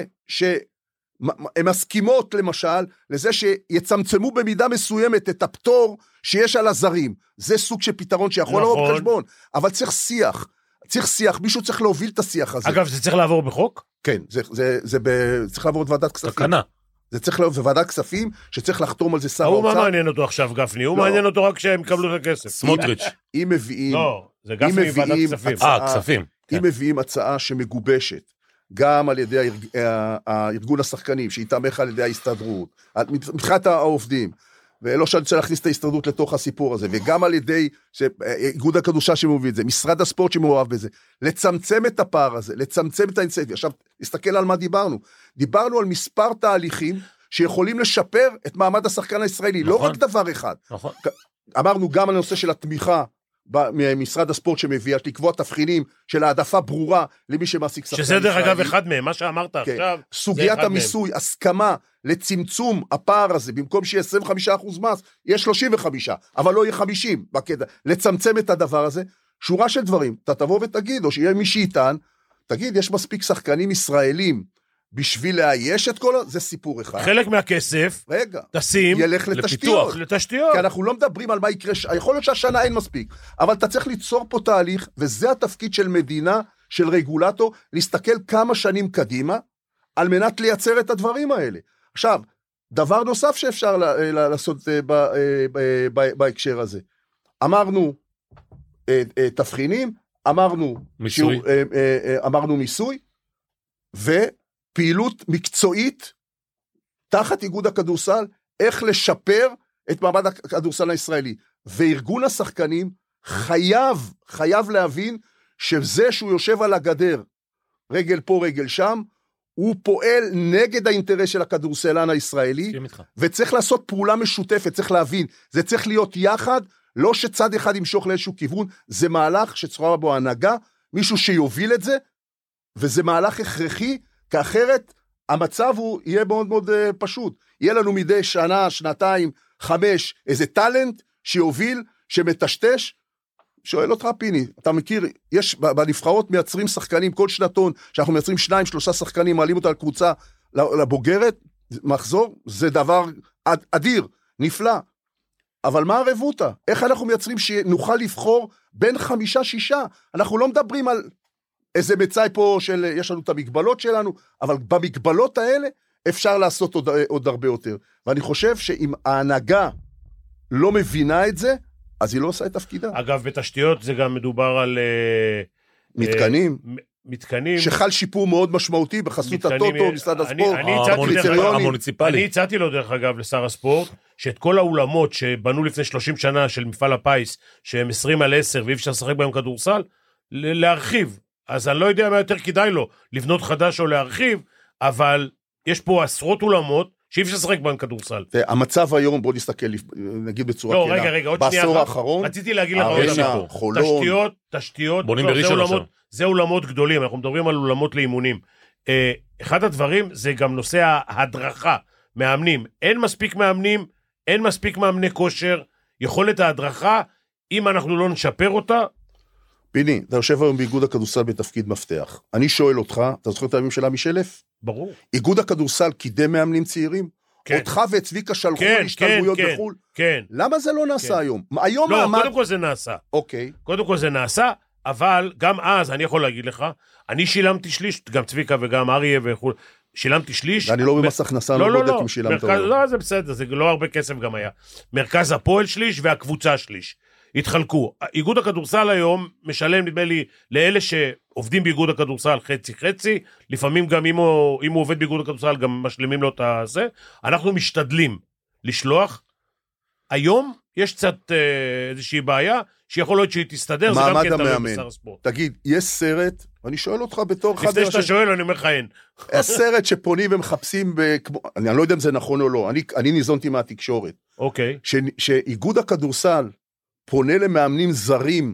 Speaker 6: שהן מסכימות למשל, לזה שיצמצמו במידה מסוימת את הפטור שיש על הזרים, זה סוג של פתרון שיכול לעבור בחשבון, אבל צריך שיח, מישהו צריך להוביל את השיח הזה.
Speaker 5: אגב, זה צריך לעבור בחוק?
Speaker 6: כן, זה צריך לעבור את ועדת כספים.
Speaker 4: תקנה.
Speaker 6: זה צריך להיות בוועדת כספים, שצריך לחתום על זה שר
Speaker 5: האוצר.
Speaker 6: הוא
Speaker 5: מה מעניין אותו עכשיו, גפני? הוא מעניין אותו רק שהם יקבלו את הכסף.
Speaker 4: סמוטריץ'.
Speaker 6: אם מביאים...
Speaker 5: לא, זה גפני ועדת כספים.
Speaker 4: כספים.
Speaker 6: אם מביאים הצעה שמגובשת, גם על ידי הארגון השחקנים, שיתמך על ידי ההסתדרות, מבחינת העובדים, ולא שאני רוצה להכניס את ההסתדרות לתוך הסיפור הזה, וגם על ידי איגוד הקדושה שמוביל את זה, משרד הספורט שמעורב בזה, לצמצם את הפער הזה, לצמצם את האינסנטיב. עכשיו, נסתכל על מה דיברנו. דיברנו על מספר תהליכים שיכולים לשפר את מעמד השחקן הישראלי, לא רק דבר אחד. אמרנו גם על הנושא של התמיכה, ממשרד הספורט שמביא, לקבוע תבחינים של העדפה ברורה למי שמעסיק שחקן
Speaker 5: ישראלי. שזה דרך אגב אחד מהם, מה שאמרת עכשיו.
Speaker 6: סוגיית המיסוי, הסכמה לצמצום הפער הזה, במקום שיהיה 25% מס, יהיה 35, אבל לא יהיה 50 בקטע. לצמצם את הדבר הזה, שורה של דברים, אתה תבוא ותגיד, או שיהיה מי שיטען, תגיד, יש מספיק שחקנים ישראלים, בשביל לאייש את כל זה סיפור אחד.
Speaker 5: חלק מהכסף, תשים,
Speaker 6: ילך לתשתיות. כי אנחנו לא מדברים על מה יקרה, יכול להיות שהשנה אין מספיק, אבל אתה צריך ליצור פה תהליך, וזה התפקיד של מדינה, של רגולטור, להסתכל כמה שנים קדימה, על מנת לייצר את הדברים האלה. עכשיו, דבר נוסף שאפשר לעשות בהקשר הזה. אמרנו תבחינים, אמרנו מיסוי, ופעילות מקצועית תחת איגוד הכדורסל, איך לשפר את מעמד הכדורסל הישראלי. וארגון השחקנים חייב להבין שזה שהוא יושב על הגדר, רגל פה רגל שם, הוא פועל נגד האינטרס של הכדורסלן הישראלי, וצריך לעשות פעולה משותפת, צריך להבין, זה צריך להיות יחד, לא שצד אחד ימשוך לאיזשהו כיוון, זה מהלך שצריכה בו הנהגה, מישהו שיוביל את זה, וזה מהלך הכרחי, כי אחרת המצב הוא יהיה מאוד מאוד פשוט. יהיה לנו מדי שנה, שנתיים, 5, איזה טלנט שיוביל, שמטשטש. שואל אותך פיני, אתה מכיר, יש בנבחרות מייצרים שחקנים כל שנתון, שאנחנו מייצרים 2-3 שחקנים, מעלים אותה לקבוצה לבוגרת, מחזור, זה דבר אדיר, נפלא. אבל מה הרבותה? איך אנחנו מייצרים שנוכל לבחור בין 5-6? אנחנו לא מדברים על איזה מצאי פה של, יש לנו את המגבלות שלנו, אבל במגבלות האלה אפשר לעשות עוד הרבה יותר. ואני חושב שאם ההנהגה לא מבינה את זה, אז היא לא עושה את תפקידה.
Speaker 5: אגב, בתשתיות זה גם מדובר על
Speaker 6: מתקנים.
Speaker 5: מתקנים.
Speaker 6: שחל שיפור מאוד משמעותי בחסות הטוטו, משרד הספורט,
Speaker 4: המוניציפלי.
Speaker 5: אני הצעתי לו דרך אגב לשר הספורט, שאת כל האולמות שבנו לפני 30 שנה של מפעל הפיס, שהם 20/10 ואי אפשר לשחק בהם כדורסל, להרחיב. אז אני לא יודע מה יותר כדאי לו, לבנות חדש או להרחיב, אבל יש פה עשרות אולמות, שאי אפשר לשחק בהם כדורסל.
Speaker 6: המצב היום, בוא נסתכל, נגיד בצורה
Speaker 5: לא, רגע, עוד שנייה.
Speaker 6: בעשור האחרון,
Speaker 5: רציתי להגיד לך עוד דבר.
Speaker 6: חולון.
Speaker 5: תשתיות, זה אולמות גדולים, אנחנו מדברים על אולמות לאימונים. אחד הדברים זה גם נושא ההדרכה, מאמנים. אין מספיק מאמנים, אין מספיק מאמני כושר, יכולת ההדרכה, אם אנחנו לא נשפר אותה.
Speaker 6: פיני, אתה יושב היום באיגוד הכדורסל בתפקיד מפתח. אני שואל אותך, אתה זוכר את הימים של עמי שלף?
Speaker 5: ברור.
Speaker 6: איגוד הכדורסל קידם מאמנים צעירים?
Speaker 5: כן.
Speaker 6: אותך וצביקה שלחו להשתלמויות בחול?
Speaker 5: כן.
Speaker 6: למה זה לא נעשה היום? היום
Speaker 5: לא, קודם כל זה נעשה.
Speaker 6: אוקיי.
Speaker 5: קודם כל זה נעשה, אבל גם אז, אני יכול להגיד לך, אני שילמתי שליש, גם צביקה וגם אריה וכו', שילמתי שליש.
Speaker 6: אני לא במס הכנסה, לא בודק אם שילמת.
Speaker 5: לא, זה בסדר, זה לא הרבה כסף גם היה. מרכז הפועל שליש והקבוצה שליש. התחלקו. איגוד הכדורסל היום משלם, נדמה לי, לאלה שעובדים באיגוד הכדורסל חצי, לפעמים גם אם הוא עובד באיגוד הכדורסל, גם משלימים לו את זה. אנחנו משתדלים לשלוח. היום יש קצת איזושהי בעיה, שיכול להיות שהיא תסתדר, זה גם כן תלוי בשר הספורט.
Speaker 6: תגיד, יש סרט, ואני שואל אותך בתור
Speaker 5: לפני שאתה שואל, אני אומר לך אין.
Speaker 6: יש סרט שפונים ומחפשים, אני לא יודע אם זה נכון או לא, אני ניזונתי מהתקשורת.
Speaker 5: אוקיי.
Speaker 6: שאיגוד הכדורסל, פונה למאמנים זרים,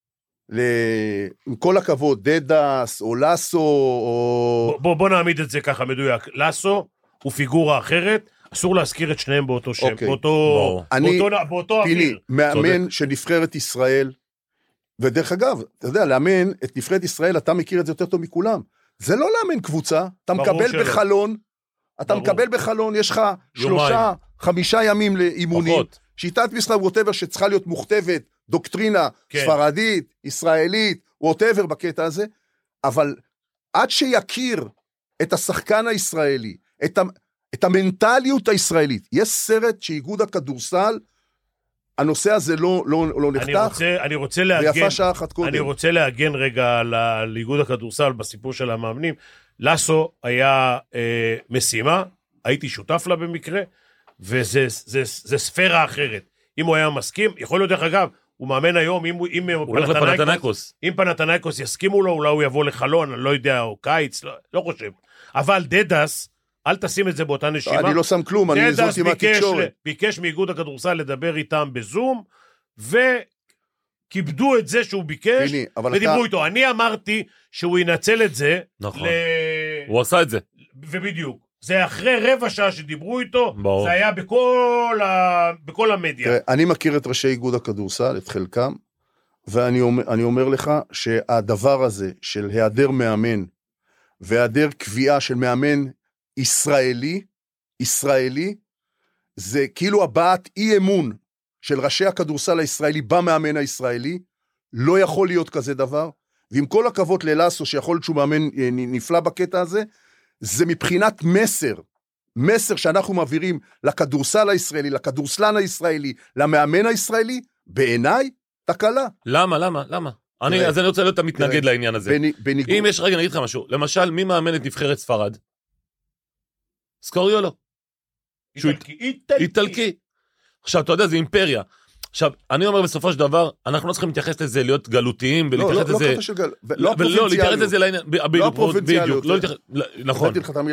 Speaker 6: עם כל הכבוד, דדס, או לסו, או...
Speaker 5: בוא נעמיד את זה ככה מדויק. לסו הוא פיגורה אחרת, אסור להזכיר את שניהם באותו שם, באותו אוויר.
Speaker 6: מאמן של נבחרת ישראל, ודרך אגב, אתה יודע, לאמן את נבחרת ישראל, אתה מכיר את זה יותר טוב מכולם. זה לא לאמן קבוצה, אתה מקבל בחלון, יש לך 3-5 ימים לאימונים, שיטת משחק ווטאבר שצריכה להיות מוכתבת, דוקטרינה ספרדית, ישראלית, ווטאבר בקטע הזה, אבל עד שיכיר את השחקן הישראלי, את המנטליות הישראלית, יש סרט שאיגוד הכדורסל, הנושא הזה לא נחתך, ויפה שעה אחת קודם.
Speaker 5: אני רוצה להגן רגע על איגוד הכדורסל בסיפור של המאמנים. לסו היה משימה, הייתי שותף לה במקרה, וזה ספירה אחרת. אם הוא היה מסכים, יכול להיות דרך אגב, הוא מאמן היום, אם פנתנייקוס יסכימו לו, אולי הוא יבוא לחלון, אני לא יודע, או קיץ, לא חושב. אבל דדס, אל תשים את זה באותה נשימה.
Speaker 6: אני לא שם כלום, אני נזרתי מהתקשורת.
Speaker 5: ביקש מאיגוד הכדורסל לדבר איתם בזום, וכיבדו את זה שהוא ביקש, ודיברו איתו. אני אמרתי שהוא ינצל את זה.
Speaker 4: נכון. הוא עשה את זה.
Speaker 5: ובדיוק. זה אחרי רבע שעה שדיברו איתו, זה היה בכל המדיה.
Speaker 6: אני מכיר את ראשי איגוד הכדורסל, את חלקם, ואני אומר לך שהדבר הזה של היעדר מאמן, והיעדר קביעה של מאמן ישראלי, זה כאילו הבעת אי אמון של ראשי הכדורסל הישראלי במאמן הישראלי, לא יכול להיות כזה דבר, ועם כל הכבוד ללאסו שיכול להיות שהוא מאמן נפלא בקטע הזה, זה מבחינת מסר מסר שאנחנו מעבירים לכדורסל הישראלי, לכדורסלן הישראלי, למאמן הישראלי, בעיניי, תקלה.
Speaker 4: למה? אז אני רוצה להיות המתנגד לעניין הזה. אם יש, רגע, נגיד לך משהו, למשל, מי מאמן את נבחרת ספרד? סקוריולו. איטלקי. עכשיו, אתה יודע, זה אימפריה. עכשיו, אני אומר בסופו של דבר, אנחנו לא צריכים להתייחס לזה, להיות גלותיים, ולהתייחס לזה... לא, להתייחס לזה לעניין...
Speaker 6: לא הפרובינציאליות.
Speaker 4: נכון,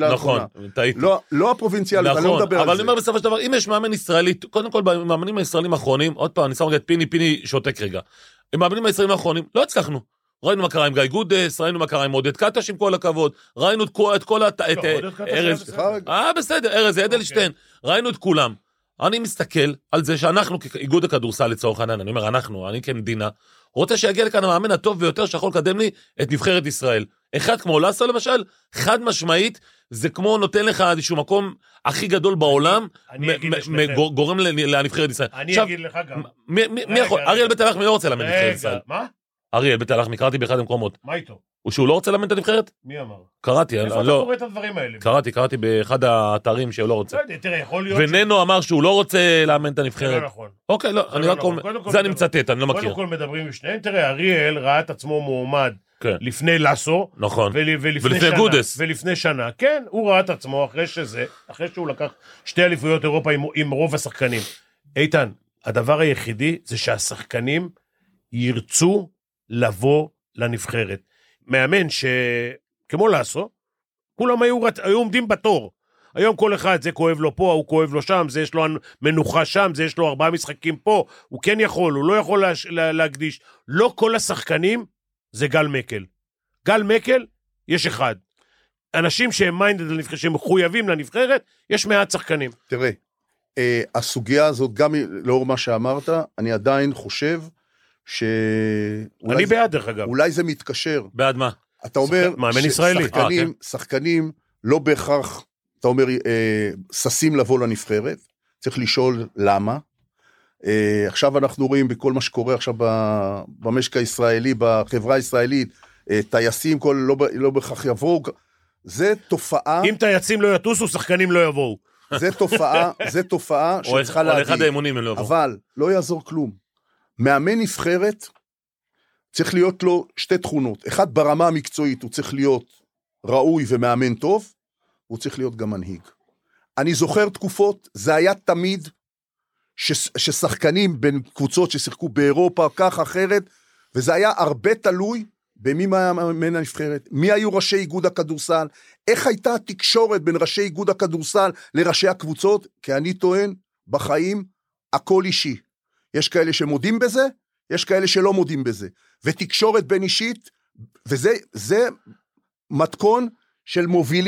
Speaker 6: לא הפרובינציאליות, אני לא מדבר על זה.
Speaker 4: אבל אני אומר בסופו של דבר, אם יש מאמן ישראלי, קודם כל, במאמנים הישראלים האחרונים, עוד פעם, אני שם רגע את פיני שותק רגע. עם המאמנים הישראלים האחרונים, לא הצלחנו. ראינו מה קרה עם גיא גודס, ראינו מה קרה עם עודד קטש עם כל הכבוד, ראינו את כל... בסדר, ארז אדלשטיין, ראינו את כולם. אני מסתכל על זה שאנחנו כאיגוד הכדורסל לצורך העניין, אני אומר אני כמדינה, רוצה שיגיע לכאן המאמן הטוב ביותר שיכול לקדם לי את נבחרת ישראל. אחד כמו לסו למשל, חד משמעית, זה כמו נותן לך איזשהו מקום הכי גדול בעולם, גורם לנבחרת ישראל.
Speaker 5: אני אגיד לך גם.
Speaker 4: מי יכול? אריאל בית הלחמי לא רוצה לאמן נבחרת ישראל.
Speaker 5: מה?
Speaker 4: אריאל בית הלחמי, קראתי באחד המקומות.
Speaker 5: מה איתו?
Speaker 4: הוא שהוא לא רוצה לאמן את הנבחרת?
Speaker 5: מי אמר?
Speaker 4: קראתי,
Speaker 5: איפה אתה קורא את הדברים האלה?
Speaker 4: קראתי באחד האתרים שהוא לא רוצה.
Speaker 5: תראה, יכול להיות...
Speaker 4: וננו אמר שהוא לא רוצה לאמן את הנבחרת.
Speaker 5: זה לא נכון.
Speaker 4: אוקיי, לא, אני רק אומר, זה אני מצטט, אני לא מכיר.
Speaker 5: קודם כל מדברים עם שניהם, תראה, אריאל ראה את עצמו מועמד לפני לסו,
Speaker 4: נכון, ולפני גודס.
Speaker 5: ולפני שנה, כן, הוא ראה את עצמו אחרי שהוא לקח 2 אליפויות אירופה עם רוב השחקנים. איתן, הדבר היחידי זה שהשחקנים ירצו לבוא לנבחרת. מאמן כמו לסו, כולם היו עומדים בתור. היום כל אחד, זה כואב לו פה, הוא כואב לו שם, זה יש לו מנוחה שם, זה יש לו 4 משחקים פה, הוא כן יכול, הוא לא יכול להקדיש. לא כל השחקנים זה גל מקל. גל מקל, יש אחד. אנשים שהם מיינדד לנבחרת, שהם מחויבים לנבחרת, יש מעט שחקנים.
Speaker 6: תראה, הסוגיה הזאת, גם לאור מה שאמרת, אני עדיין חושב
Speaker 5: אני בעד דרך אגב.
Speaker 6: אולי זה מתקשר.
Speaker 4: בעד מה?
Speaker 6: אתה אומר,
Speaker 5: מאמן ישראלי.
Speaker 6: שחקנים לא בהכרח, אתה אומר, ססים לבוא לנבחרת, צריך לשאול למה. עכשיו אנחנו רואים בכל מה שקורה עכשיו במשק הישראלי, בחברה הישראלית, טייסים לא בהכרח יבואו, זה תופעה...
Speaker 5: אם טייסים לא יטוסו, שחקנים לא יבואו.
Speaker 6: זה תופעה שצריכה להגיד. אבל לא יעזור כלום. מאמן נבחרת צריך להיות לו 2 תכונות. אחד, ברמה המקצועית, הוא צריך להיות ראוי ומאמן טוב, הוא צריך להיות גם מנהיג. אני זוכר תקופות, זה היה תמיד ששחקנים בין קבוצות ששיחקו באירופה, כך אחרת, וזה היה הרבה תלוי במי מאמן הנבחרת, מי היו ראשי איגוד הכדורסל, איך הייתה התקשורת בין ראשי איגוד הכדורסל לראשי הקבוצות, כי אני טוען, בחיים, הכל אישי. יש כאלה שמודים בזה, יש כאלה שלא מודים בזה. ותקשורת בין אישית, וזה מתכון של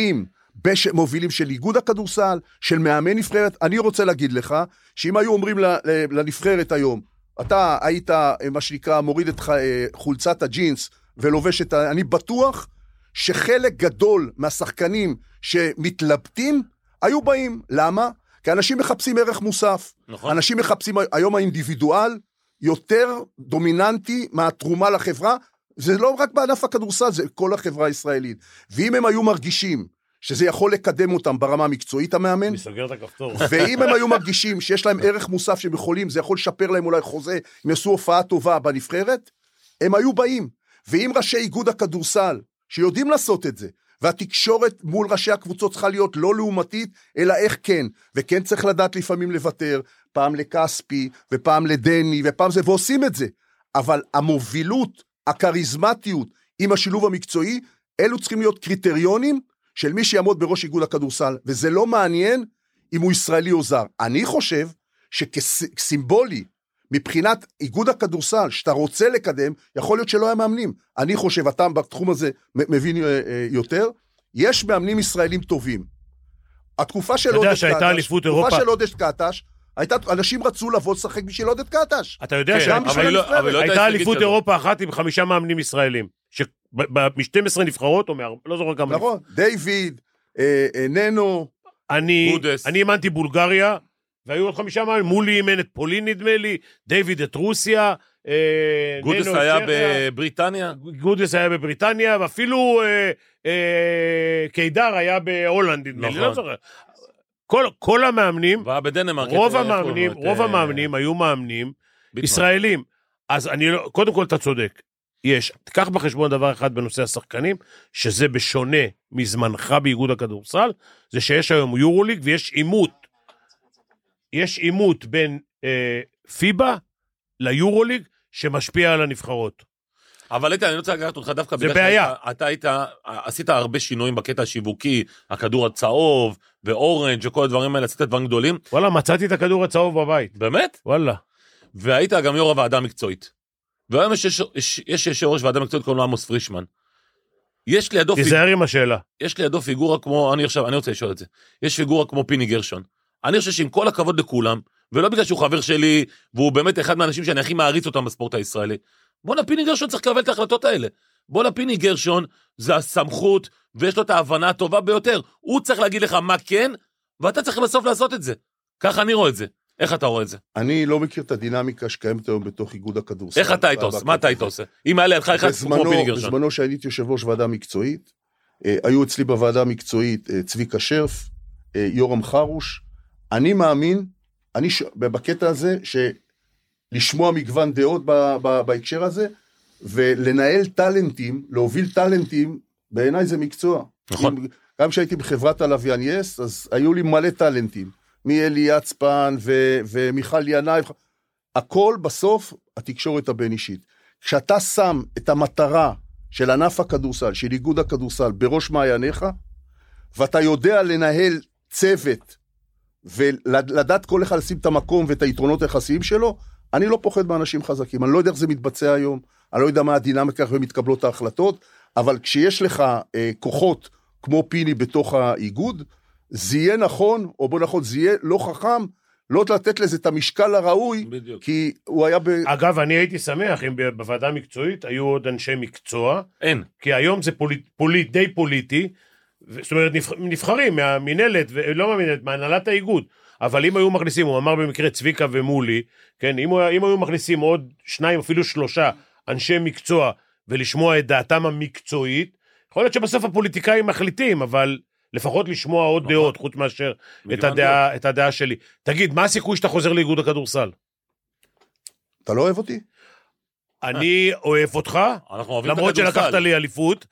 Speaker 6: מובילים של איגוד הכדורסל, של מאמן נבחרת. אני רוצה להגיד לך, שאם היו אומרים לנבחרת היום, אתה היית, מה שנקרא, מוריד את חולצת הג'ינס, ולובש את אני בטוח שחלק גדול מהשחקנים שמתלבטים, היו באים. למה? כי אנשים מחפשים ערך מוסף. נכון. אנשים מחפשים, היום האינדיבידואל יותר דומיננטי מהתרומה לחברה, זה לא רק בענף הכדורסל, זה כל החברה הישראלית. ואם הם היו מרגישים שזה יכול לקדם אותם ברמה המקצועית המאמן,
Speaker 5: מסגר את הכפתור.
Speaker 6: ואם הם היו מרגישים שיש להם ערך מוסף שהם יכולים, זה יכול לשפר להם אולי חוזה, אם יעשו הופעה טובה בנבחרת, הם היו באים. ואם ראשי איגוד הכדורסל, שיודעים לעשות את זה, והתקשורת מול ראשי הקבוצות צריכה להיות לא לעומתית, אלא איך כן, וכן צריך לדעת לפעמים לוותר, פעם לקספי, ופעם לדני, ופעם זה, ועושים את זה, אבל המובילות, הקריזמטיות, עם השילוב המקצועי, אלו צריכים להיות קריטריונים, של מי שיעמוד בראש איגוד הכדורסל, וזה לא מעניין אם הוא ישראלי או זר. אני חושב שכסימבולי, מבחינת איגוד הכדורסל, שאתה רוצה לקדם, יכול להיות שלא היה מאמנים. אני חושב, אתה בתחום הזה מבין יותר, יש מאמנים ישראלים טובים. התקופה של עודד קטש, אנשים רצו לבוא לשחק בשביל עודד קטש.
Speaker 5: אתה יודע שהייתה אליפות אירופה אחת עם 5 מאמנים ישראלים, מ-12 נבחרות, או לא זוכר כמה.
Speaker 6: נכון, דיוויד, ננו,
Speaker 5: אני אימנתי בולגריה, והיו עוד 5 מאמנים, מולי אימן את פולין נדמה לי, דיוויד את רוסיה,
Speaker 4: גודס היה בבריטניה?
Speaker 5: גודס היה בבריטניה, ואפילו קידר היה בהולנד נדמה לי, לא זוכר. כל המאמנים,
Speaker 4: בדנמרק,
Speaker 5: רוב המאמנים היו מאמנים ישראלים. אז קודם כל אתה צודק. תיקח בחשבון דבר אחד בנושא השחקנים, שזה בשונה מזמנך באיגוד הכדורסל, זה שיש היום יורוליג ויש עימות. יש עימות בין פיבה ליורוליג שמשפיע על הנבחרות.
Speaker 4: אבל איתן, אני רוצה לקחת אותך דווקא
Speaker 5: זה בעיה.
Speaker 4: אתה עשית הרבה שינויים בקטע השיווקי, הכדור הצהוב ואורנג' וכל הדברים האלה, עשית דברים גדולים.
Speaker 5: וואלה, מצאתי את הכדור הצהוב בבית.
Speaker 4: באמת?
Speaker 5: וואלה.
Speaker 4: והיית גם יו"ר הוועדה המקצועית. והיום יש יו"ר ועדה מקצועית קוראים לו עמוס פרישמן. יש לידו
Speaker 5: תיזהר עם השאלה.
Speaker 4: יש לידו פיגורה כמו, אני רוצה לשאול את זה. יש פיגורה כמו פיני גרשון. אני חושב שעם כל הכבוד לכולם, ולא בגלל שהוא חבר שלי, והוא באמת אחד מהאנשים שאני הכי מעריץ אותם בספורט הישראלי. בוא פיני גרשון צריך לקבל את ההחלטות האלה. בוא פיני גרשון, זה הסמכות, ויש לו את ההבנה הטובה ביותר. הוא צריך להגיד לך מה כן, ואתה צריך בסוף לעשות את זה. ככה אני רואה את זה. איך אתה רואה את זה?
Speaker 6: אני לא מכיר את הדינמיקה שקיימת היום בתוך איגוד הכדורסל.
Speaker 4: איך אתה היית עושה? מה אתה היית עושה? אם היה לידך אחד כמו פיני גרשון.
Speaker 6: בזמנו שהייתי יושב ראש ועדה מקצועית, היו אצלי בוועדה המקצועית צביקה שרף, יורם חרוש. אני מאמין, בקטע הזה, לשמוע מגוון דעות בהקשר הזה, ולנהל טלנטים, להוביל טלנטים, בעיניי זה מקצוע.
Speaker 4: נכון.
Speaker 6: גם כשהייתי בחברת הלוויין יס, אז היו לי מלא טלנטים. מאלי יצפן ומיכל ינאי, הכל בסוף התקשורת הבין אישית. כשאתה שם את המטרה של ענף הכדורסל, של איגוד הכדורסל, בראש מעייניך, ואתה יודע לנהל צוות, ולדעת כל אחד לשים את המקום ואת היתרונות היחסיים שלו, אני לא פוחד מאנשים חזקים, אני לא יודע איך זה מתבצע היום, אני לא יודע מה הדינמיקה ומתקבלות ההחלטות, אבל כשיש לך כוחות כמו פיני בתוך האיגוד, זה יהיה נכון, או בוא נכון, זה יהיה לא חכם, לא לתת לזה את המשקל הראוי,
Speaker 4: בדיוק.
Speaker 6: כי הוא היה
Speaker 5: אגב, אני הייתי שמח אם בוועדה המקצועית היו עוד אנשי מקצוע,
Speaker 4: אין.
Speaker 5: כי היום זה די פוליטי, זאת אומרת, נבחרים מהמנהלת, ולא מהמנהלת, מהנהלת האיגוד, אבל אם היו מכניסים, הוא אמר במקרה צביקה ומולי, כן, אם היו מכניסים עוד 2 אפילו 3 אנשי מקצוע, ולשמוע את דעתם המקצועית, יכול להיות שבסוף הפוליטיקאים מחליטים, אבל לפחות לשמוע עוד דעות, חוץ מאשר את הדעה שלי. תגיד, מה הסיכוי שאתה חוזר לאיגוד הכדורסל?
Speaker 6: אתה לא אוהב אותי?
Speaker 5: אני אוהב אותך, למרות שלקחת לי אליפות,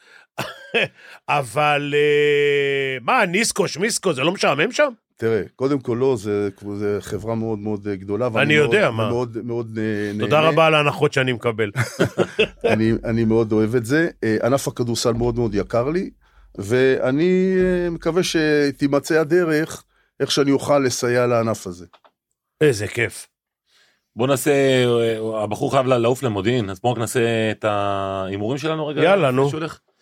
Speaker 5: אבל מה, ניסקו, שמיסקו, זה לא משעמם שם?
Speaker 6: תראה, קודם כל לא, זה חברה מאוד מאוד גדולה,
Speaker 5: אני יודע מה.
Speaker 6: מאוד נהנה.
Speaker 5: תודה רבה על ההנחות שאני מקבל.
Speaker 6: אני מאוד אוהב את זה, ענף הכדורסל מאוד מאוד יקר לי, ואני מקווה שתימצא הדרך, איך שאני אוכל לסייע לענף הזה.
Speaker 5: איזה כיף.
Speaker 4: בוא נעשה, הבחור חייב לעוף למודיעין, אז בואו נעשה את האימורים שלנו רגע.
Speaker 5: יאללה, נו.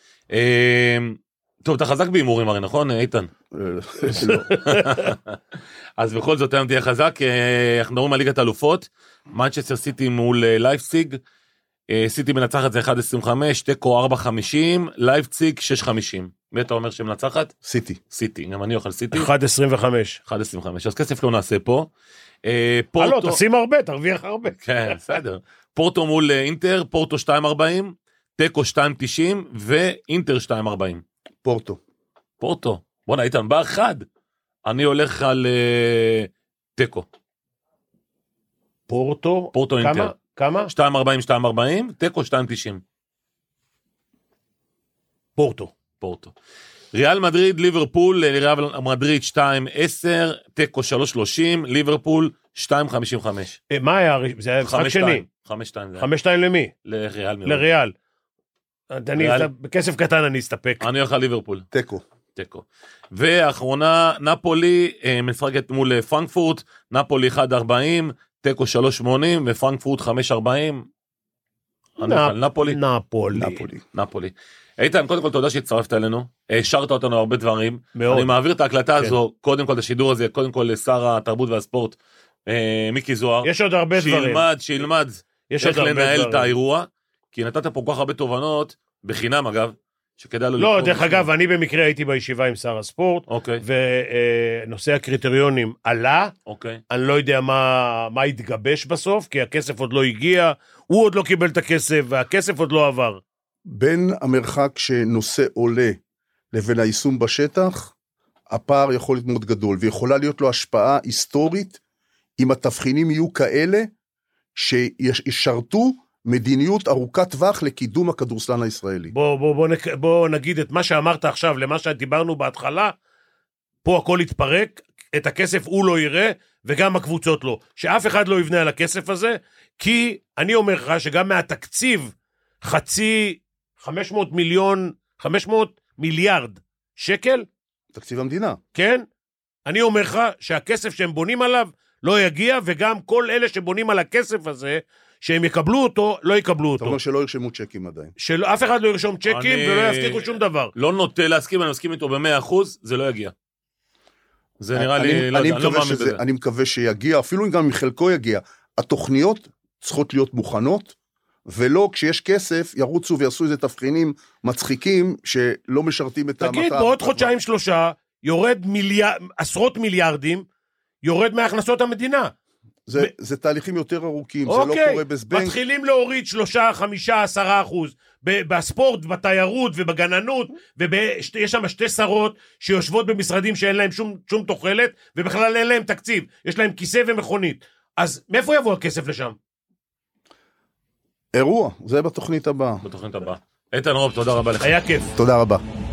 Speaker 4: טוב, אתה חזק באימורים הרי, נכון, איתן?
Speaker 6: לא.
Speaker 4: אז בכל זאת, היום תהיה חזק, אנחנו מדברים על ליגת אלופות, מנצ'סטר סיטי מול לייפציג, סיטי מנצחת זה 1.25, תיקו 4.50, לייפציג 6.50. מי אתה אומר שמנצחת? סיטי, גם אני אוכל סיטי.
Speaker 5: 1.25.
Speaker 4: אז כסף לא נעשה פה.
Speaker 5: לא, תשים הרבה, תרוויח הרבה.
Speaker 4: כן, בסדר. פורטו מול אינטר, פורטו 2.40, תיקו 2.90 ואינטר 2.40. פורטו. בוא נהייתם באחד. אני הולך על תיקו.
Speaker 5: פורטו
Speaker 4: אינטר.
Speaker 5: כמה?
Speaker 4: 2.40, תיקו 2.90. פורטו. ריאל מדריד, ליברפול, ריאל מדריד 2.10, תיקו 3.30, ליברפול 2.55.
Speaker 5: מה היה? זה היה משחק שני.
Speaker 4: 5.2.
Speaker 5: 5.2 למי? לריאל. בכסף קטן אני אסתפק.
Speaker 4: אני הולך על ליברפול.
Speaker 6: תיקו.
Speaker 4: ואחרונה, נפולי, משחקת מול פרנקפורט, נפולי 1.40, תיקו 3.80, ופרנקפורט 5.40. נפולי. איתן, קודם כל תודה שהצטרפת אלינו, השארת אותנו הרבה דברים, אני מעביר את ההקלטה הזו, קודם כל את השידור הזה, קודם כל לשר התרבות והספורט, מיקי זוהר,
Speaker 5: יש עוד הרבה דברים,
Speaker 4: שילמד איך לנהל את האירוע, כי נתת פה כל כך הרבה תובנות, בחינם אגב, שכדאי לו לקרוא.
Speaker 5: לא, דרך אגב, אני במקרה הייתי בישיבה עם שר הספורט, ונושא הקריטריונים עלה, אני לא יודע מה התגבש בסוף, כי הכסף עוד לא הגיע, הוא עוד לא קיבל את הכסף, והכסף עוד לא עבר.
Speaker 6: בין המרחק שנושא עולה לבין היישום בשטח, הפער יכול להיות מאוד גדול, ויכולה להיות לו השפעה היסטורית, אם התבחינים יהיו כאלה, שישרתו מדיניות ארוכת טווח לקידום הכדורסלן הישראלי.
Speaker 5: בוא נגיד את מה שאמרת עכשיו, למה שדיברנו בהתחלה, פה הכל יתפרק, את הכסף הוא לא יראה, וגם הקבוצות לא. שאף אחד לא יבנה על הכסף הזה, כי אני אומר לך שגם מהתקציב, 500 מיליארד שקל,
Speaker 6: תקציב המדינה.
Speaker 5: כן? אני אומר לך שהכסף שהם בונים עליו לא יגיע, וגם כל אלה שבונים על הכסף הזה, שהם יקבלו אותו, לא יקבלו אותו.
Speaker 6: אתה אומר שלא ירשמו צ'קים עדיין.
Speaker 5: שאף אחד לא ירשום צ'קים ולא יבטיחו שום דבר.
Speaker 4: לא נוטה להסכים, אני מסכים איתו ב100%, זה לא יגיע. זה נראה לי,
Speaker 6: אני מקווה שיגיע, אפילו גם מחלקו יגיע. התוכניות צריכות להיות מוכנות, ולא כשיש כסף, ירוצו ויעשו איזה תבחינים מצחיקים, שלא משרתים את המטרה.
Speaker 5: תגיד, בעוד חודשיים 3, יורד עשרות מיליארדים, יורד מהכנסות המדינה.
Speaker 6: זה תהליכים יותר ארוכים, זה לא קורה בזבנג.
Speaker 5: מתחילים להוריד 3, 5, 10%, בספורט, בתיירות ובגננות, ויש שם 2 שרות שיושבות במשרדים שאין להם שום תוחלת, ובכלל אין להם תקציב, יש להם כיסא ומכונית. אז מאיפה יבוא הכסף לשם?
Speaker 6: אירוע, זה בתוכנית הבאה.
Speaker 4: איתן רוב, תודה רבה לך.
Speaker 5: היה כיף.
Speaker 6: תודה רבה.